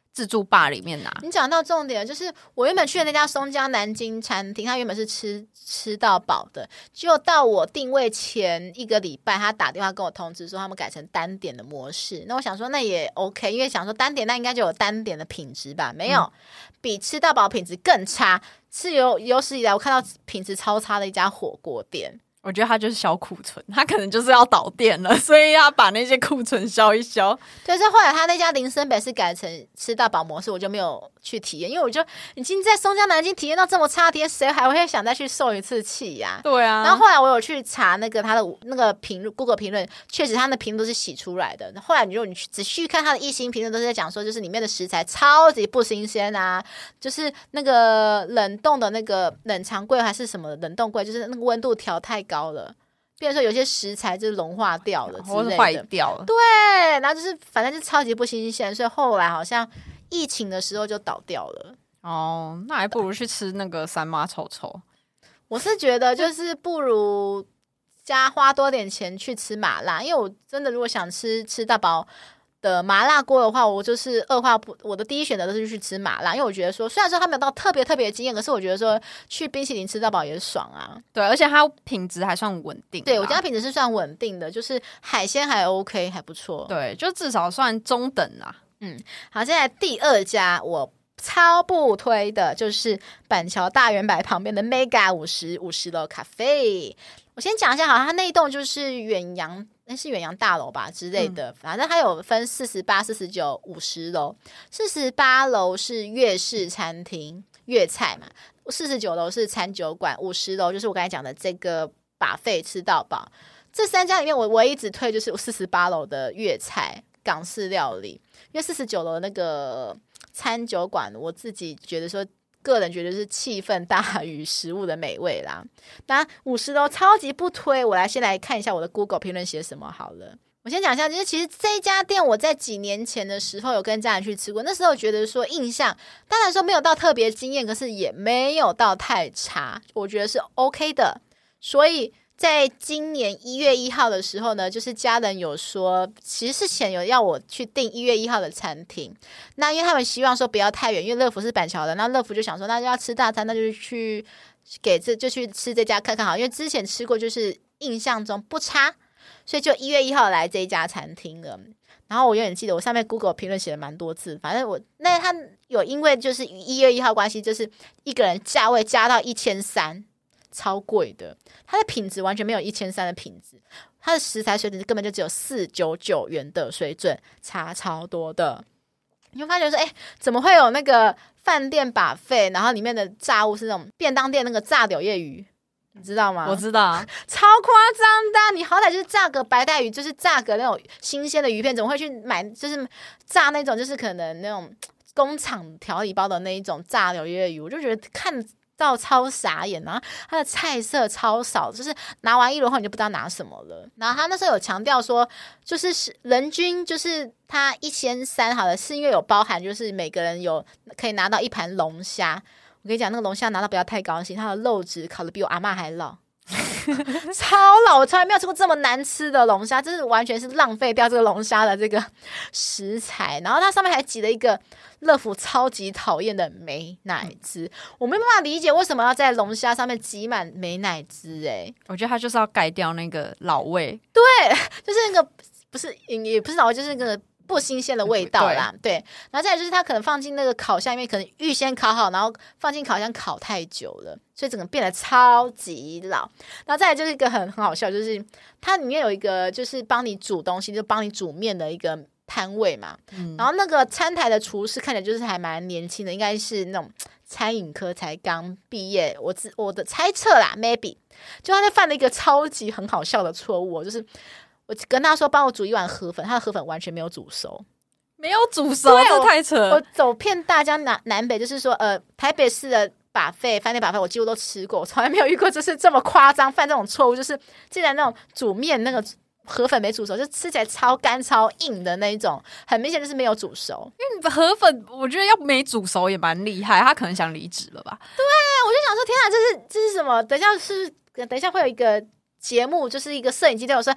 自助吧里面拿。 你讲到重点，就是我原本去的那家松江南京餐厅，它原本是吃吃到饱的，结果到我定位前一个礼拜，他打电话跟我通知说他们改成单点的模式。那我想说那也 OK， 因为想说单点那应该就有单点的品质吧，没有，嗯、比吃到饱品质更差，是有有史以来我看到品质超差的一家火锅店。 我觉得他就是销库存，他可能就是要倒店了，所以要把那些库存销一销。 对，所以后来他那家林森北是改成吃到饱模式，我就没有去体验，因为我就已经在松江南京体验到这么差体验，谁还会想再去受一次气呀、啊？ 对啊。 然后后来我有去查那个他的那个评论 ，Google 评论，确实他的评论都是洗出来的。后来你如果你仔细看他的一星评论，都是在讲说，就是里面的食材超级不新鲜啊，就是那个冷冻的那个冷藏柜还是什么冷冻柜，就是那个温度调太高了。比如说有些食材就是融化掉了之类的， 或是坏掉了， 对，然后就是反正就超级不新鲜，所以后来好像疫情的时候就倒掉了。 哦，那还不如去吃那个三妈臭臭。 我是觉得就是不如加花多点钱去吃麻辣，因为我真的如果想吃吃到饱的麻辣锅的话，我就是二话不，我的第一选择都是去吃麻辣，因为我觉得说，虽然说它没有到特别特别的惊艳，可是我觉得说去冰淇淋吃到饱也是爽啊。对， 而且它品质还算稳定。 对，我觉得它品质是算稳定的，就是海鲜还 OK， 还不错。 对，就至少算中等啦。 嗯，好，现在第二家我超不推的就是板桥大圆柏旁边的 Mega 五十五十楼咖啡。我先讲一下，好像它那一栋就是远洋。是远洋大楼吧之类的，反正它有分四十八、四十九、五十楼。四十八楼是粤式餐厅粤菜嘛，四十九楼是餐酒馆，五十楼就是我刚才讲的这个buffet吃到饱。这三家里面，我唯一只推就是四十八楼的粤菜港式料理，因为四十九楼那个餐酒馆，我自己觉得说。个人觉得是气氛大于食物的美味啦。那五十楼超级不推，我来先来看一下我的 Google 评论写什么好了。我先讲一下，就是其实这一家店我在几年前的时候有跟家人去吃过，那时候觉得说印象，当然说没有到特别惊艳，可是也没有到太差，我觉得是 OK 的。所以在今年一月一号的时候呢，就是家人有说，其实事前有要我去订一月一号的餐厅。那因为他们希望说不要太远，因为乐福是板桥的，那乐福就想说，那就要吃大餐，那就去给这就去吃这家看看好，因为之前吃过，就是印象中不差，所以就一月一号来这一家餐厅了。然后我永远记得，我上面 Google 评论写了蛮多字，反正我那他有因为就是一月一号关系，就是一个人价位加到一千三。超贵的，它的品质完全没有一千三的品质，它的食材水准根本就只有四百九十九元的水准，差超多的。你会发觉说，哎、欸，怎么会有那个饭店buffet，然后里面的炸物是那种便当店那个炸柳叶鱼，你知道吗？ 我知道啊， 超夸张的。你好歹就是炸个白带鱼，就是炸个那种新鲜的鱼片，怎么会去买就是炸那种就是可能那种工厂调理包的那一种炸柳叶鱼？我就觉得看到超傻眼，然后它的菜色超少，就是拿完一轮后你就不知道拿什么了。然后他那时候有强调说，就是人均就是他一千三好了，是因为有包含就是每个人有可以拿到一盘龙虾。我跟你讲，那个龙虾拿到不要太高兴，它的肉质烤得比我阿嬷还老。超老，我从来没有吃过这么难吃的龙虾，真是完全是浪费掉这个龙虾的这个食材。然后它上面还挤了一个乐福超级讨厌的美乃滋、嗯、我没办法理解为什么要在龙虾上面挤满美乃滋。哎， 我觉得它就是要盖掉那个老味。 对，就是那个不是也不是老味，就是那个不新鲜的味道啦。 对, 对，然后再来就是它可能放进那个烤箱里面，可能预先烤好，然后放进烤箱烤太久了，所以整个变得超级老。然后再来就是一个很很好笑，就是它里面有一个就是帮你煮东西，就帮你煮面的一个摊位嘛、嗯、然后那个餐台的厨师看起来就是还蛮年轻的，应该是那种餐饮科才刚毕业，我我的猜测啦 maybe。 就他在犯了一个超级很好笑的错误，就是我跟他说帮我煮一碗河粉，他的河粉完全没有煮熟， 没有煮熟，这太扯了。 我走遍大江南南北，就是说呃台北市的buffet饭店buffet我几乎都吃过，我从来没有遇过就是这么夸张犯这种错误，就是竟然那种煮面那个河粉没煮熟，就吃起来超干超硬的那一种，很明显就是没有煮熟。 因为河粉我觉得要没煮熟也蛮厉害，他可能想离职了吧。 对，我就想说天哪，这是这是什么？等一下是等一下会有一个节目就是一个摄影机对我说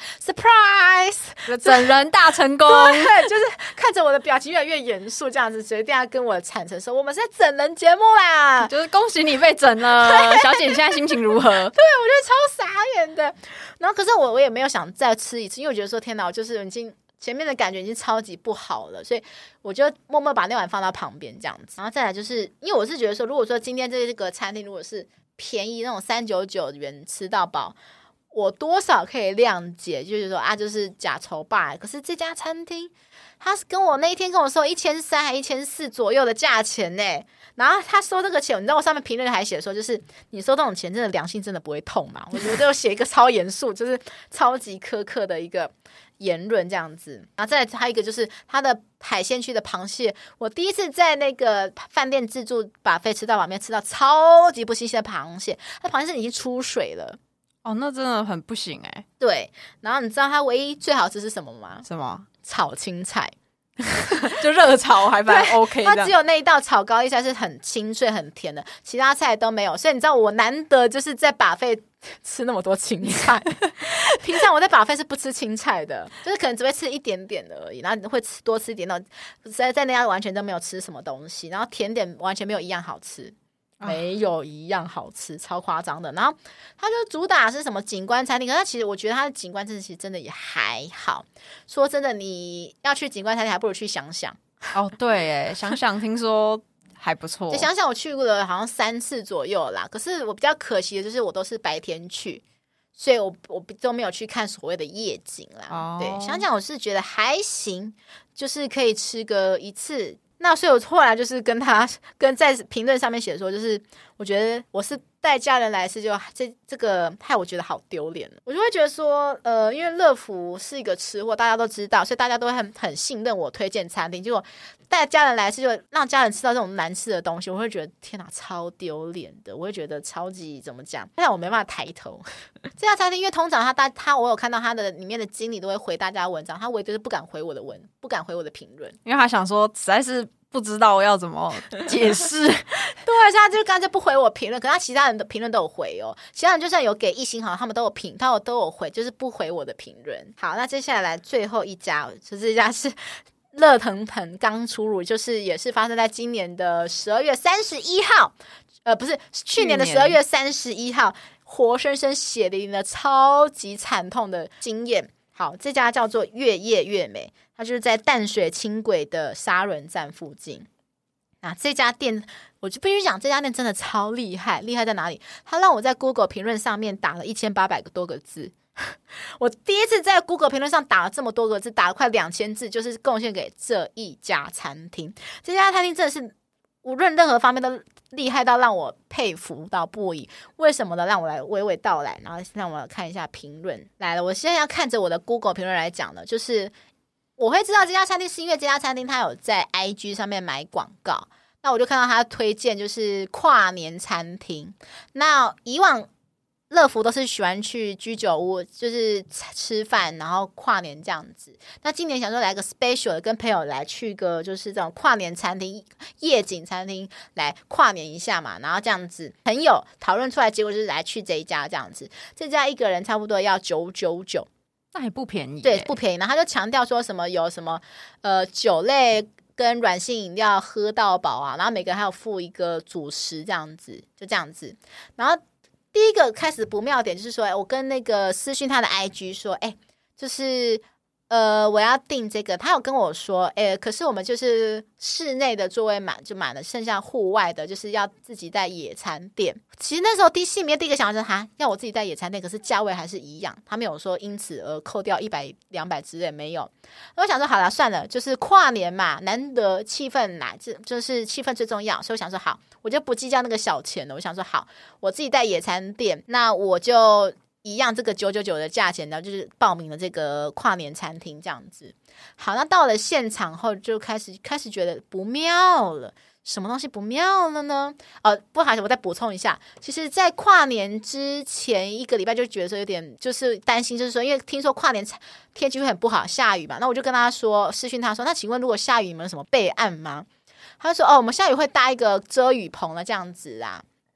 surprise， 整人大成功。 对，就是看着我的表情越来越严肃，这样子决定要跟我坦诚说我们是在整人节目啦， 就是恭喜你被整了，小姐你现在心情如何？对，我觉得超傻眼的。然后可是我我也没有想再吃一次，因为我觉得说天哪，我就是已经前面的感觉已经超级不好了，所以我就默默把那碗放到旁边这样子。然后再来就是因为我是觉得说，如果说今天这个餐厅如果是便宜那种三九九元吃到饱，我多少可以谅解，就是说啊，就是假筹吧。可是这家餐厅，他是跟我那一天跟我说一千三还一千四左右的价钱呢。然后他收这个钱，你知道我上面评论还写说，就是你收这种钱，真的良心真的不会痛嘛？我觉得就写一个超严肃，就是超级苛刻的一个言论这样子。然后再来还有一个就是他的海鲜区的螃蟹，我第一次在那个饭店自助buffet吃到碗面吃到超级不新鲜的螃蟹，它螃蟹是已经出水了。 哦，那真的很不行哎、欸。 对，然后你知道它唯一最好吃是什么吗？ 什么？ 炒青菜， 就热炒还蛮 OK 的。 它只有那一道炒高丽菜是很清脆很甜的，其他菜都没有。所以你知道我难得就是在buffet吃那么多青菜，平常我在buffet是不吃青菜的，就是可能只会吃一点点的而已，然后你会吃多吃一点的，在在那家完全都没有吃什么东西，然后甜点完全没有一样好吃。没有一样好吃，超夸张的。然后它就主打是什么景观餐厅，可是它其实我觉得它的景观真的其实真的也还好。说真的，你要去景观餐厅，还不如去想想。 哦，对耶，想想听说还不错。 想想我去过了好像三次左右啦，可是我比较可惜的就是我都是白天去，所以我我都没有去看所谓的夜景啦。哦、对，想想我是觉得还行，就是可以吃个一次。那所以我后来就是跟他跟在评论上面写说，就是我觉得我是带家人来吃，就这这个害我觉得好丢脸了。我就会觉得说，呃，因为乐福是一个吃货，大家都知道，所以大家都会很很信任我推荐餐厅。结果带家人来吃，就让家人吃到这种难吃的东西，我会觉得天哪，超丢脸的。我会觉得超级怎么讲，但我没办法抬头。这家餐厅因为通常他大他我有看到他的里面的经理都会回大家文章，他唯独是不敢回我的文，不敢回我的评论， 因为他想说实在是不知道要怎么解释。 对，所以他就干脆不回我评论，可是他其他人的评论都有回哦。其他人就算有给一星好，他们都有评，他有都有回，就是不回我的评论。好，那接下来最后一家，就是这家是热腾腾刚出炉，就是也是发生在今年的十二月三十一号，呃，不是去年的十二月三十一号，活生生血淋淋的超级惨痛的经验。好，这家叫做月夜月美，它就是在淡水轻轨的沙仑站附近。啊，这家店我就必须讲，这家店真的超厉害，厉害在哪里？它让我在 Google 评论上面打了一千八百多个字。我第一次在 Google 评论上打了这么多个字，打了快两千字，就是贡献给这一家餐厅。这家餐厅真的是无论任何方面都厉害到让我佩服到不已。为什么呢？让我来娓娓道来，然后让我看一下评论。来了，我现在要看着我的 Google 评论来讲呢，就是我会知道这家餐厅是因为这家餐厅它有在 I G 上面买广告，那我就看到他推荐就是跨年餐厅。那以往乐福都是喜欢去居酒屋，就是吃饭，然后跨年这样子。那今年想说来个 special 的，跟朋友来去个就是这种跨年餐厅、夜景餐厅来跨年一下嘛。然后这样子，朋友讨论出来，结果就是来去这一家这样子。这家一个人差不多要九九九， 那也不便宜。 对，不便宜。然后他就强调说什么有什么呃酒类跟软性饮料喝到饱啊，然后每个人还有附一个主食这样子，就这样子。然后第一个开始不妙点就是说，我跟那个私讯他的 I G 说，哎、欸，就是呃，我要订这个，他有跟我说，哎、欸，可是我们就是室内的座位满就满了，剩下户外的就是要自己带野餐垫。其实那时候第心里面第一个想法是，哈，要我自己带野餐垫，可是价位还是一样，他没有说因此而扣掉一百两百之类，没有。我想说好啦，算了，就是跨年嘛，难得气氛来，这就是气氛最重要，所以我想说好，我就不计较那个小钱了。我想说好，我自己带野餐垫，那我就一样这个九九九的价钱，然后就是报名了这个跨年餐厅这样子。好，那到了现场后就开始开始觉得不妙了。什么东西不妙了呢？呃，不好意思，我再补充一下。其实，在跨年之前一个礼拜就觉得说有点就是担心，就是说因为听说跨年天气会很不好，下雨嘛。那我就跟他说，视讯他说，那请问如果下雨你们有什么备案吗？他就说哦，我们下雨会搭一个遮雨棚了这样子啊。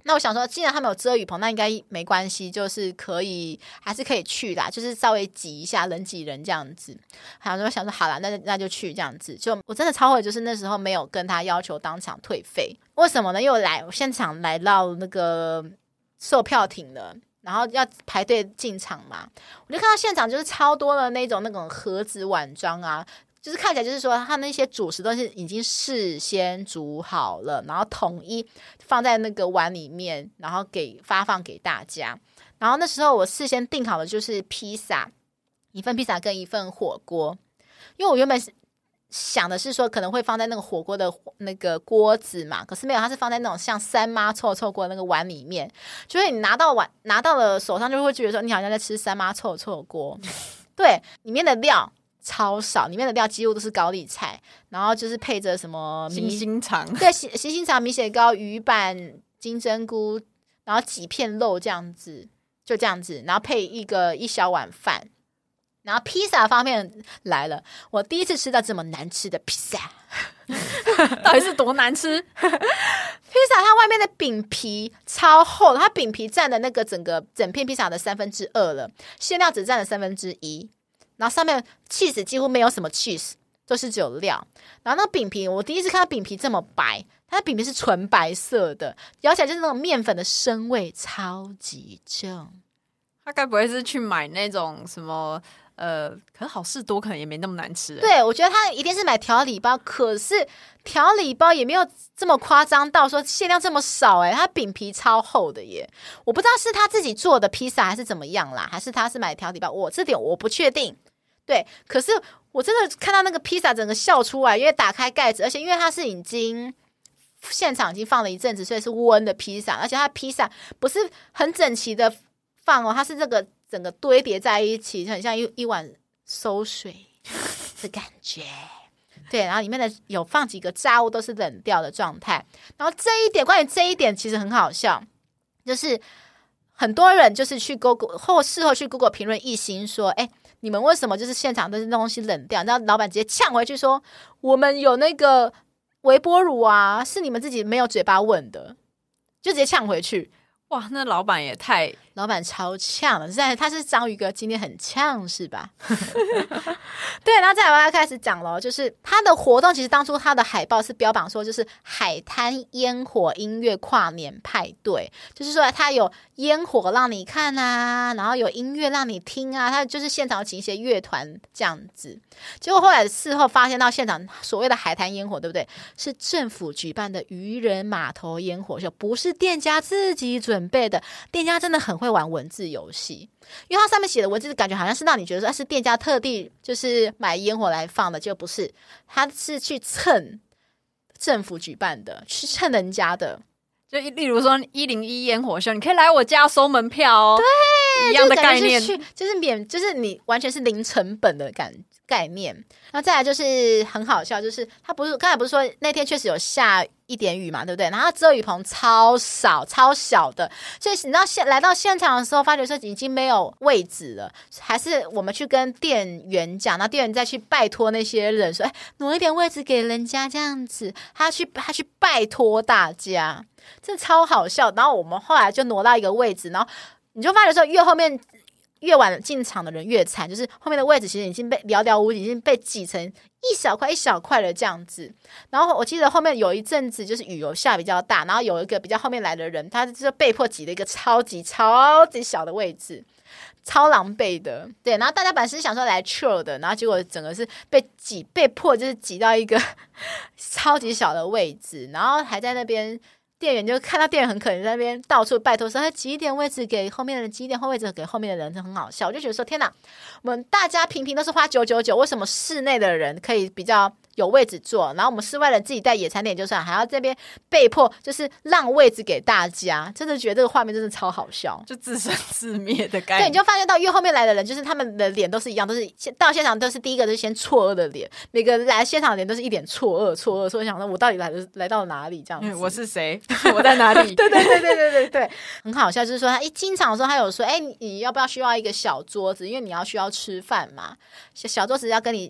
那我想说既然他们有遮雨棚，那应该没关系，就是可以还是可以去啦，就是稍微挤一下人挤人这样子。想说想说好啦，那那就去这样子。就我真的超后悔，就是那时候没有跟他要求当场退费。为什么呢？因为我来我现场来到那个售票亭了，然后要排队进场嘛，我就看到现场就是超多的那种那种盒子碗装啊，就是看起来就是说它那些主食都是已经事先煮好了，然后统一放在那个碗里面，然后给发放给大家。然后那时候我事先订好的就是披萨，一份披萨跟一份火锅，因为我原本想的是说可能会放在那个火锅的那个锅子嘛，可是没有，它是放在那种像三妈臭臭锅那个碗里面，就是你拿到碗拿到了手上就会觉得说你好像在吃三妈臭臭锅。对，里面的料超少，里面的料几乎都是高丽菜，然后就是配着什么星星肠， 对，星星肠、米血糕、鱼板、金针菇，然后几片肉这样子，就这样子，然后配一个一小碗饭。然后披萨方面来了，我第一次吃到这么难吃的披萨。 到底是多难吃？ 披萨它外面的饼皮超厚，它饼皮占了那个整个整片披萨的三分之二了，馅料只占了三分之一，然后上面 cheese 几乎没有什么 cheese， 都是只有料。然后那个饼皮，我第一次看到饼皮这么白，它的饼皮是纯白色的，咬起来就是那种面粉的生味，超级正。 他该不会是去买那种什么？呃，可是好事多可能也没那么难吃。 对，我觉得他一定是买调理包，可是调理包也没有这么夸张到说馅料这么少哎、欸，他饼皮超厚的耶。我不知道是他自己做的披萨还是怎么样啦，还是他是买调理包，我这点我不确定。对，可是我真的看到那个披萨整个笑出来，因为打开盖子，而且因为它是已经现场已经放了一阵子，所以是温的披萨，而且它披萨不是很整齐的放哦，它是这个整个堆叠在一起，很像一一碗馊水的感觉。对，然后里面的有放几个炸物都是冷掉的状态。然后这一点，关于这一点其实很好笑，就是很多人就是去 Google 后事后去 Google 评论一星说，哎，你们为什么就是现场都是那东西冷掉？然后老板直接呛回去说，我们有那个微波炉啊，是你们自己没有嘴巴问的，就直接呛回去。 哇，那老板也太…… 老板超呛的，现在他是章鱼哥，今天很呛是吧？对，然后再来我要开始讲了，就是他的活动其实当初他的海报是标榜说就是海滩烟火音乐跨年派对，就是说他有烟火让你看啊，然后有音乐让你听啊，他就是现场请一些乐团这样子。结果后来事后发现到现场所谓的海滩烟火，对不对？是政府举办的渔人码头烟火秀，不是店家自己准备的。店家真的很会玩文字游戏，因为它上面写的文字感觉好像是让你觉得说是店家特地就是买烟火来放的，就不是，他是去蹭政府举办的，去蹭人家的。 就例如说一零一烟火秀，你可以来我家收门票哦。 对， 一样的概念， 就是就是免，就是你完全是零成本的感概念。然后再来就是很好笑，就是他不是刚才不是说那天确实有下一点雨嘛，对不对？然后遮雨棚超少超小的，所以你知道现来到现场的时候，发觉说已经没有位置了，还是我们去跟店员讲，然后店员再去拜托那些人说，哎，挪一点位置给人家这样子，他去他去拜托大家，真的超好笑。然后我们后来就挪到一个位置，然后你就发觉说越后面越晚进场的人越惨，就是后面的位置其实已经被寥寥无几，已经被挤成一小块一小块的这样子。然后我记得后面有一阵子就是雨有下比较大，然后有一个比较后面来的人，他就被迫挤了一个超级超级小的位置，超狼狈的。对，然后大家本来是想说来 chill 的，然后结果整个是被挤被迫就是挤到一个超级小的位置，然后还在那边店员就看到店员很可怜，在那边到处拜托说他挤一点位置给后面的人，挤一点后位置给后面的人，很好笑。我就觉得说天哪，我们大家平平都是花九九九，为什么室内的人可以比较有位置坐，然后我们室外人自己带野餐垫就算，还要这边被迫就是让位置给大家，真的觉得这个画面真的超好笑， 就自生自灭的概念。 对，你就发现到越后面来的人，就是他们的脸都是一样，都是到现场都是第一个就是先错愕的脸，每个来现场的脸都是一脸错愕错愕，所以想说我到底来来到哪里这样子、 嗯、我是谁我在哪里对对对对对对对，很好笑。就是说他一进场的时候他有说，哎，你要不要需要一个小桌子，因为你要需要吃饭嘛，小桌子要跟你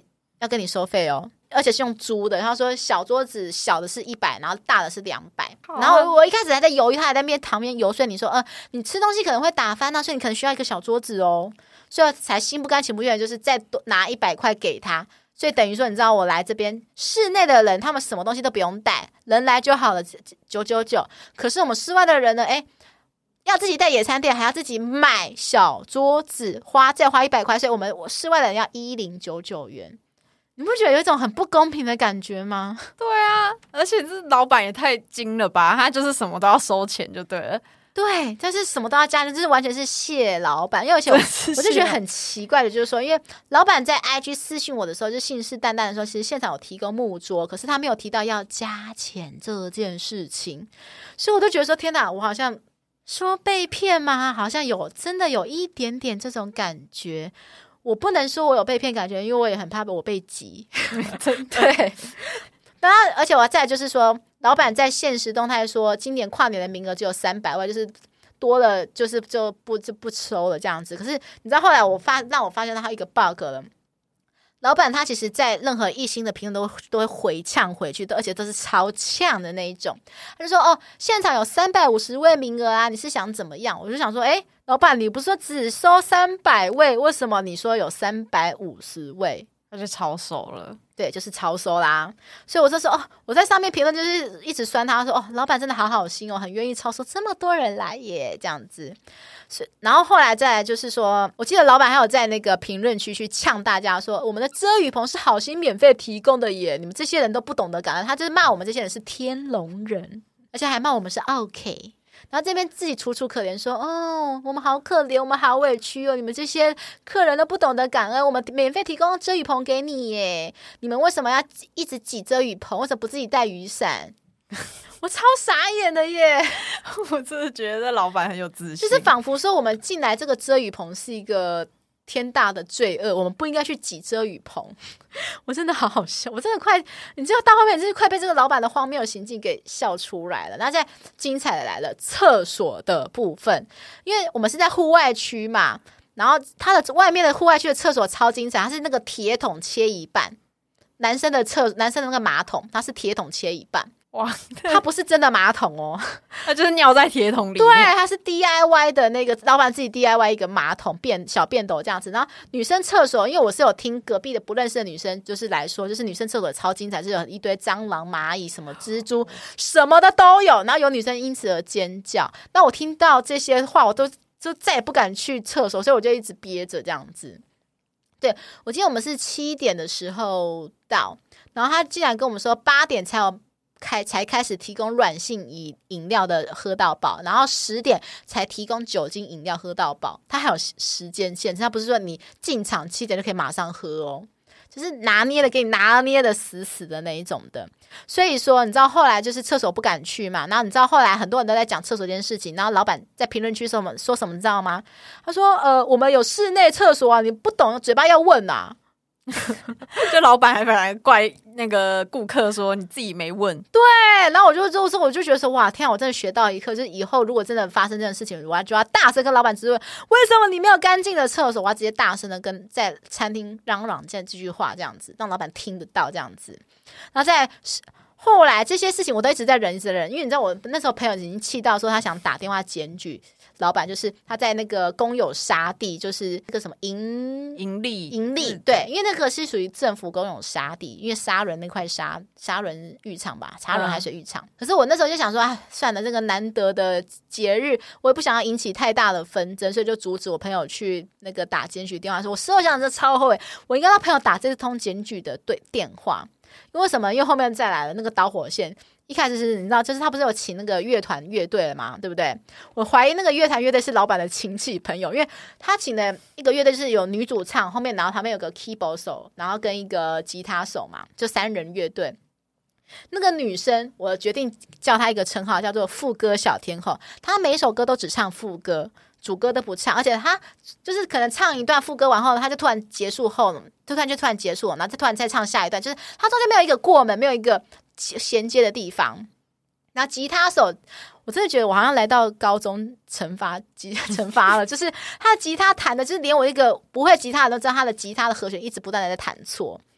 要跟你收费哦，而且是用租的。他说小桌子小的是一百，然后大的是两百。然后我一开始还在犹豫，他还在面旁边游说你说，呃，你吃东西可能会打翻啊，所以你可能需要一个小桌子哦。所以才心不甘情不愿，就是再多拿一百块给他。所以等于说，你知道我来这边室内的人，他们什么东西都不用带，人来就好了，九九九。可是我们室外的人呢，哎，要自己带野餐垫，还要自己买小桌子，花再花一百块，所以我们我室外的人要一零九九元。你不觉得有一种很不公平的感觉吗？ 对啊，而且这老板也太精了吧，他就是什么都要收钱就对了。 对，但是什么都要加，就是完全是谢老板。因为而且 我, 我就觉得很奇怪的，就是说，因为老板在 I G 私讯我的时候，就信誓旦旦的说，其实现场有提供木桌，可是他没有提到要加钱这件事情，所以我都觉得说，天哪，我好像说被骗吗？好像有真的有一点点这种感觉。我不能说我有被骗感觉，因为我也很怕我被挤。 真的对。然后，而且我再来就是说，老板在限时动态说，今年跨年的名额只有三百位，就是多了，就是就不就不收了这样子。可是你知道后来我发让我发现他一个 bug 了，老板他其实在任何一星的评论都都会回呛回去的，而且都是超呛的那一种。他就说：“哦，现场有三百五十位名额啊，你是想怎么样？”我就想说：“哎，老板，你不是说只收三百位，为什么你说有三百五十位？” 那就超收了， 对，就是超收啦。所以我就说，哦，我在上面评论就是一直酸他，说，哦，老板真的好好心哦，很愿意超收，这么多人来耶，这样子。然后后来再来就是说，我记得老板还有在那个评论区去呛大家说，我们的遮雨棚是好心免费提供的耶，你们这些人都不懂得感恩。他就是骂我们这些人是天龙人，而且还骂我们是 OK。然后这边自己楚楚可怜说，哦，我们好可怜，我们好委屈哦，你们这些客人都不懂得感恩，我们免费提供遮雨棚给你耶，你们为什么要一直挤遮雨棚，为什么不自己带雨伞？我超傻眼的耶我真的觉得老板很有自信， 就是仿佛说我们进来这个遮雨棚是一个天大的罪恶，我们不应该去挤遮雨棚。我真的好好笑，我真的快，你知道到后面就是快被这个老板的荒谬行径给笑出来了。然后再精彩的来了，厕所的部分，因为我们是在户外区嘛，然后它的外面的户外区的厕所超精彩，它是那个铁桶切一半，男生的厕男生的那个马桶，它是铁桶切一半。哇，它不是真的马桶哦， 它就是尿在铁桶里面。 对，它是 D I Y 的那个老板自己 D I Y 一个马桶便小便斗这样子。然后女生厕所，因为我是有听隔壁的不认识的女生就是来说，就是女生厕所超精彩，是有一堆蟑螂、蚂蚁、什么蜘蛛，什么的都有。然后有女生因此而尖叫。那我听到这些话，我都就再也不敢去厕所，所以我就一直憋着这样子。对，我记得我们是七点的时候到，然后他竟然跟我们说八点才有。开才开始提供软性饮饮料的喝到饱，然后十点才提供酒精饮料喝到饱，它还有时间限制，它不是说你进场七点就可以马上喝哦，就是拿捏的给你拿捏的死死的那一种的。所以说你知道后来就是厕所不敢去嘛，然后你知道后来很多人都在讲厕所这件事情，然后老板在评论区说什么说什么你知道吗？他说呃我们有室内厕所啊，你不懂嘴巴要问啊。 就老板还本来怪那个顾客说你自己没问， 对，然后我就就是我就觉得说哇天啊，我真的学到一课，就是以后如果真的发生这件事情，我就要大声跟老板质问，为什么你没有干净的厕所？我要直接大声的跟在餐厅嚷嚷这这句话，这样子让老板听得到这样子。然后再后来这些事情我都一直在忍一直忍，因为你知道我那时候朋友已经气到说他想打电话检举老板，就是他在那个公有沙地，就是那个什么盈盈利盈利，对，因为那个是属于政府公有沙地，因为沙仑那块沙沙仑浴场吧，沙仑海水浴场、嗯。可是我那时候就想说，啊，算了，这个难得的节日，我也不想要引起太大的纷争，所以就阻止我朋友去那个打检举电话。说我事后想想，这超后悔，我应该让朋友打这通检举的对电话。因为什么？因为后面再来了那个导火线。一开始是你知道，就是他不是有请那个乐团乐队了嘛，对不对？我怀疑那个乐团乐队是老板的亲戚朋友，因为他请的一个乐队就是有女主唱，后面然后他们有个 keyboard 手，然后跟一个吉他手嘛，就三人乐队。那个女生，我决定叫她一个称号，叫做副歌小天后。她每一首歌都只唱副歌，主歌都不唱，而且她就是可能唱一段副歌完后，她就突然结束后，突然就突然结束了，然后再突然再唱下一段，就是她中间没有一个过门，没有一个衔接的地方。然后吉他手，我真的觉得我好像来到高中惩罚吉惩罚了，就是他的吉他弹的，就是连我一个不会吉他的都知道他的吉他的和弦一直不断的在弹错。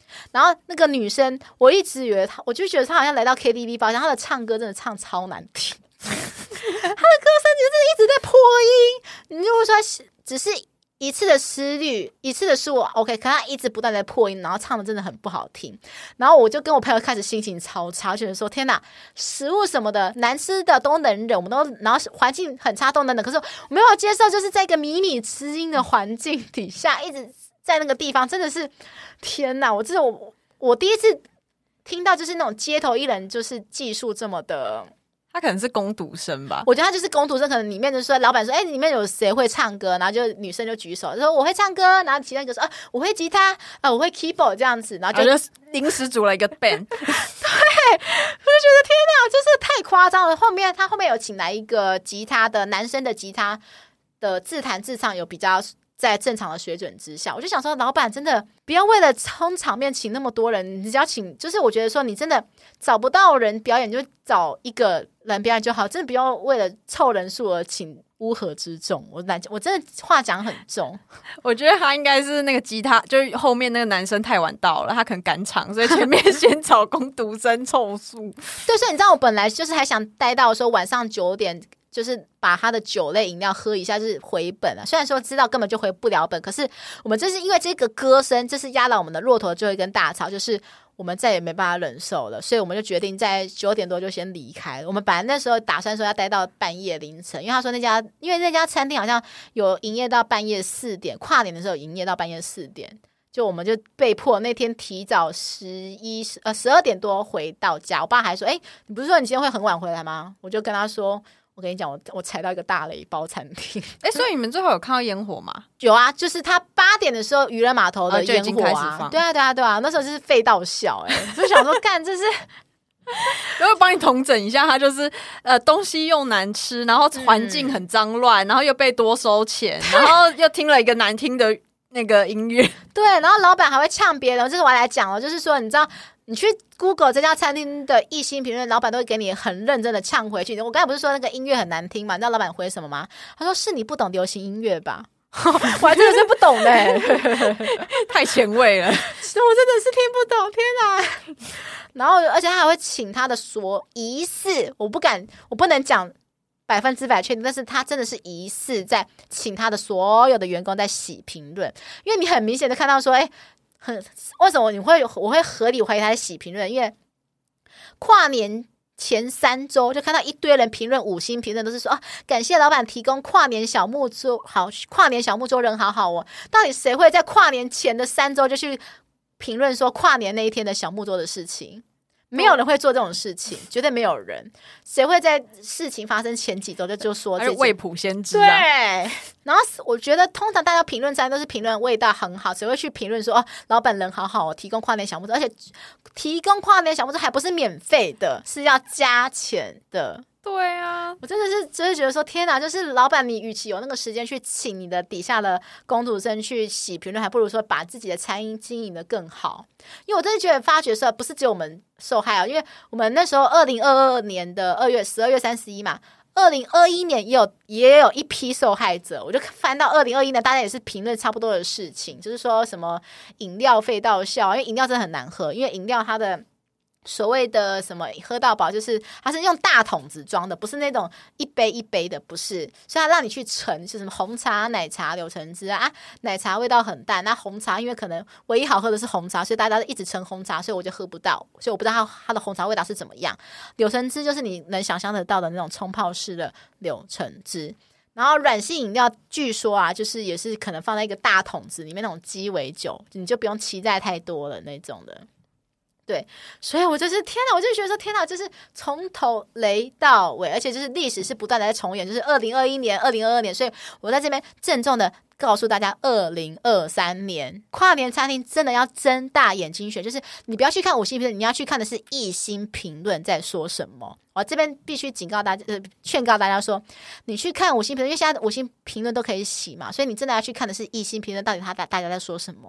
然后那个女生，我一直以为她，我就觉得她好像来到 K T V 包厢，她的唱歌真的唱超难听，她的歌声就是一直在破音。你如果说只是一次的失律，一次的失误 OK， 可她一直不断在破音，然后唱的真的很不好听。然后我就跟我朋友开始心情超差，觉得说天哪，食物什么的难吃的都能忍，我们都然后环境很差都能忍，可是我没有接受，就是在一个迷你吃音的环境底下，一直在那个地方，真的是天哪！我这是我我第一次听到，就是那种街头艺人，就是技术这么的。 他可能是工读生吧， 我觉得他就是工读生，可能里面就说老板说，哎、欸，里面有谁会唱歌？然后就女生就举手说我会唱歌，然后其他一个说啊我会吉他啊我会 keyboard 这样子，然后就临时组了一个 band。 对，我就觉得天哪，就是太夸张了。后面他后面有请来一个吉他的男生的吉他的自弹自唱，有比较在正常的水准之下，我就想说老板真的不要为了冲场面请那么多人，你只要请，就是我觉得说你真的找不到人表演就找一个人表演就好，真的不要为了凑人数而请乌合之众。我我真的话讲很重。 我觉得他应该是那个吉他，就是后面那个男生太晚到了，他可能赶场，所以前面先找工读生凑数。 对，所以你知道我本来就是还想待到说晚上九点，就是把他的酒类饮料喝一下，就是回本了。虽然说知道根本就回不了本，可是我们这是因为这个歌声，这是压倒我们的骆驼最后一根大草，就是我们再也没办法忍受了，所以我们就决定在九点多就先离开。我们本来那时候打算说要待到半夜凌晨，因为他说那家因为那家餐厅好像有营业到半夜四点，跨年的时候营业到半夜四点，就我们就被迫那天提早十一呃十二点多回到家。我爸还说：“哎、欸，你不是说你今天会很晚回来吗？”我就跟他说。我跟你讲，我我踩到一个大雷包餐厅。 哎、欸，所以你们最后有看到烟火吗？ 有啊，就是他八点的时候渔人码头的烟火啊， 啊对啊对啊对啊，那时候就是废到笑哎、欸，就想说干这是。 然后帮你统整一下，他就是呃东西又难吃，然后环境很脏乱、嗯，然后又被多收钱，然后又听了一个难听的那个音乐， 对，然后老板还会呛别人，这是我来讲了，就是说你知道。你去 Google 这家餐厅的一星评论，老板都会给你很认真的呛回去。我刚才不是说那个音乐很难听吗？你知道老板回什么吗？他说是你不懂流行音乐吧。我还真的是不懂的、欸、 太前卫了，我真的是听不懂，天哪。然后而且他还会请他的所疑似，我不敢我不能讲百分之百确定，但是他真的是疑似在请他的所有的员工在洗评论，因为你很明显的看到说哎、欸很为什么你会我会合理怀疑他在洗评论？因为跨年前三周就看到一堆人评论五星评论，都是说啊，感谢老板提供跨年小木桌，好，跨年小木桌人好好哦。到底谁会在跨年前的三周就去评论说跨年那一天的小木桌的事情？没有人会做这种事情，绝对没有人。谁会在事情发生前几周就就说这种？ 未卜先知、 啊、对。然后我觉得通常大家评论餐都是评论味道很好，谁会去评论说哦，老板人好好哦，提供跨年小木桌，而且提供跨年小木桌还不是免费的，是要加钱的。 对啊， 我真的是真的觉得说天哪，就是老板你与其有那个时间去请你的底下的工读生去洗评论，还不如说把自己的餐饮经营的更好。因为我真的觉得发掘社不是只有我们受害啊，因为我们那时候二零二二年的二月十二月三十一嘛，二零二一年也有也有一批受害者，我就翻到二零二一年，大家也是评论差不多的事情，就是说什么饮料废到笑，因为饮料真的很难喝，因为饮料它的所谓的什么喝到饱，就是它是用大桶子装的，不是那种一杯一杯的，不是，所以它让你去盛，是什么红茶、奶茶、柳橙汁 啊, 啊奶茶味道很淡，那红茶因为可能唯一好喝的是红茶，所以大家一直盛红茶，所以我就喝不到，所以我不知道它的红茶味道是怎么样。柳橙汁就是你能想象得到的那种冲泡式的柳橙汁。然后软性饮料据说啊，就是也是可能放在一个大桶子里面那种鸡尾酒，你就不用期待太多了那种的。对，所以我就是天哪，我就觉得说天哪，就是从头雷到尾，而且就是历史是不断的在重演，就是二零二一年、二零二二年，所以我在这边郑重的告诉大家，二零二三年跨年餐厅真的要睁大眼睛选，就是你不要去看五星评论，你要去看的是一星评论在说什么。我这边必须警告大家，呃，劝告大家说，你去看五星评论，因为现在五星评论都可以洗嘛，所以你真的要去看的是一星评论，到底他大家在说什么。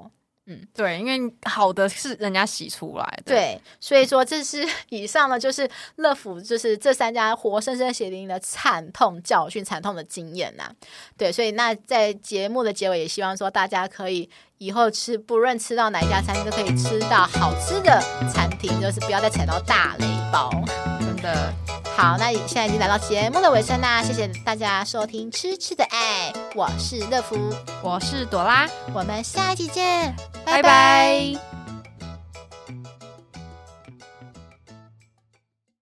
嗯，对，因为好的是人家洗出来的， 对，所以说这是以上呢，就是乐福就是这三家活生生血淋淋的惨痛教训、惨痛的经验呐、啊。对，所以那在节目的结尾，也希望说大家可以以后吃，不论吃到哪一家餐厅，都可以吃到好吃的餐厅，就是不要再踩到大雷包， 真的。 好，那现在已经来到节目的尾声啦，谢谢大家收听《吃吃的爱》，我是乐福， 我是朵拉， 我们下一期见， 拜拜。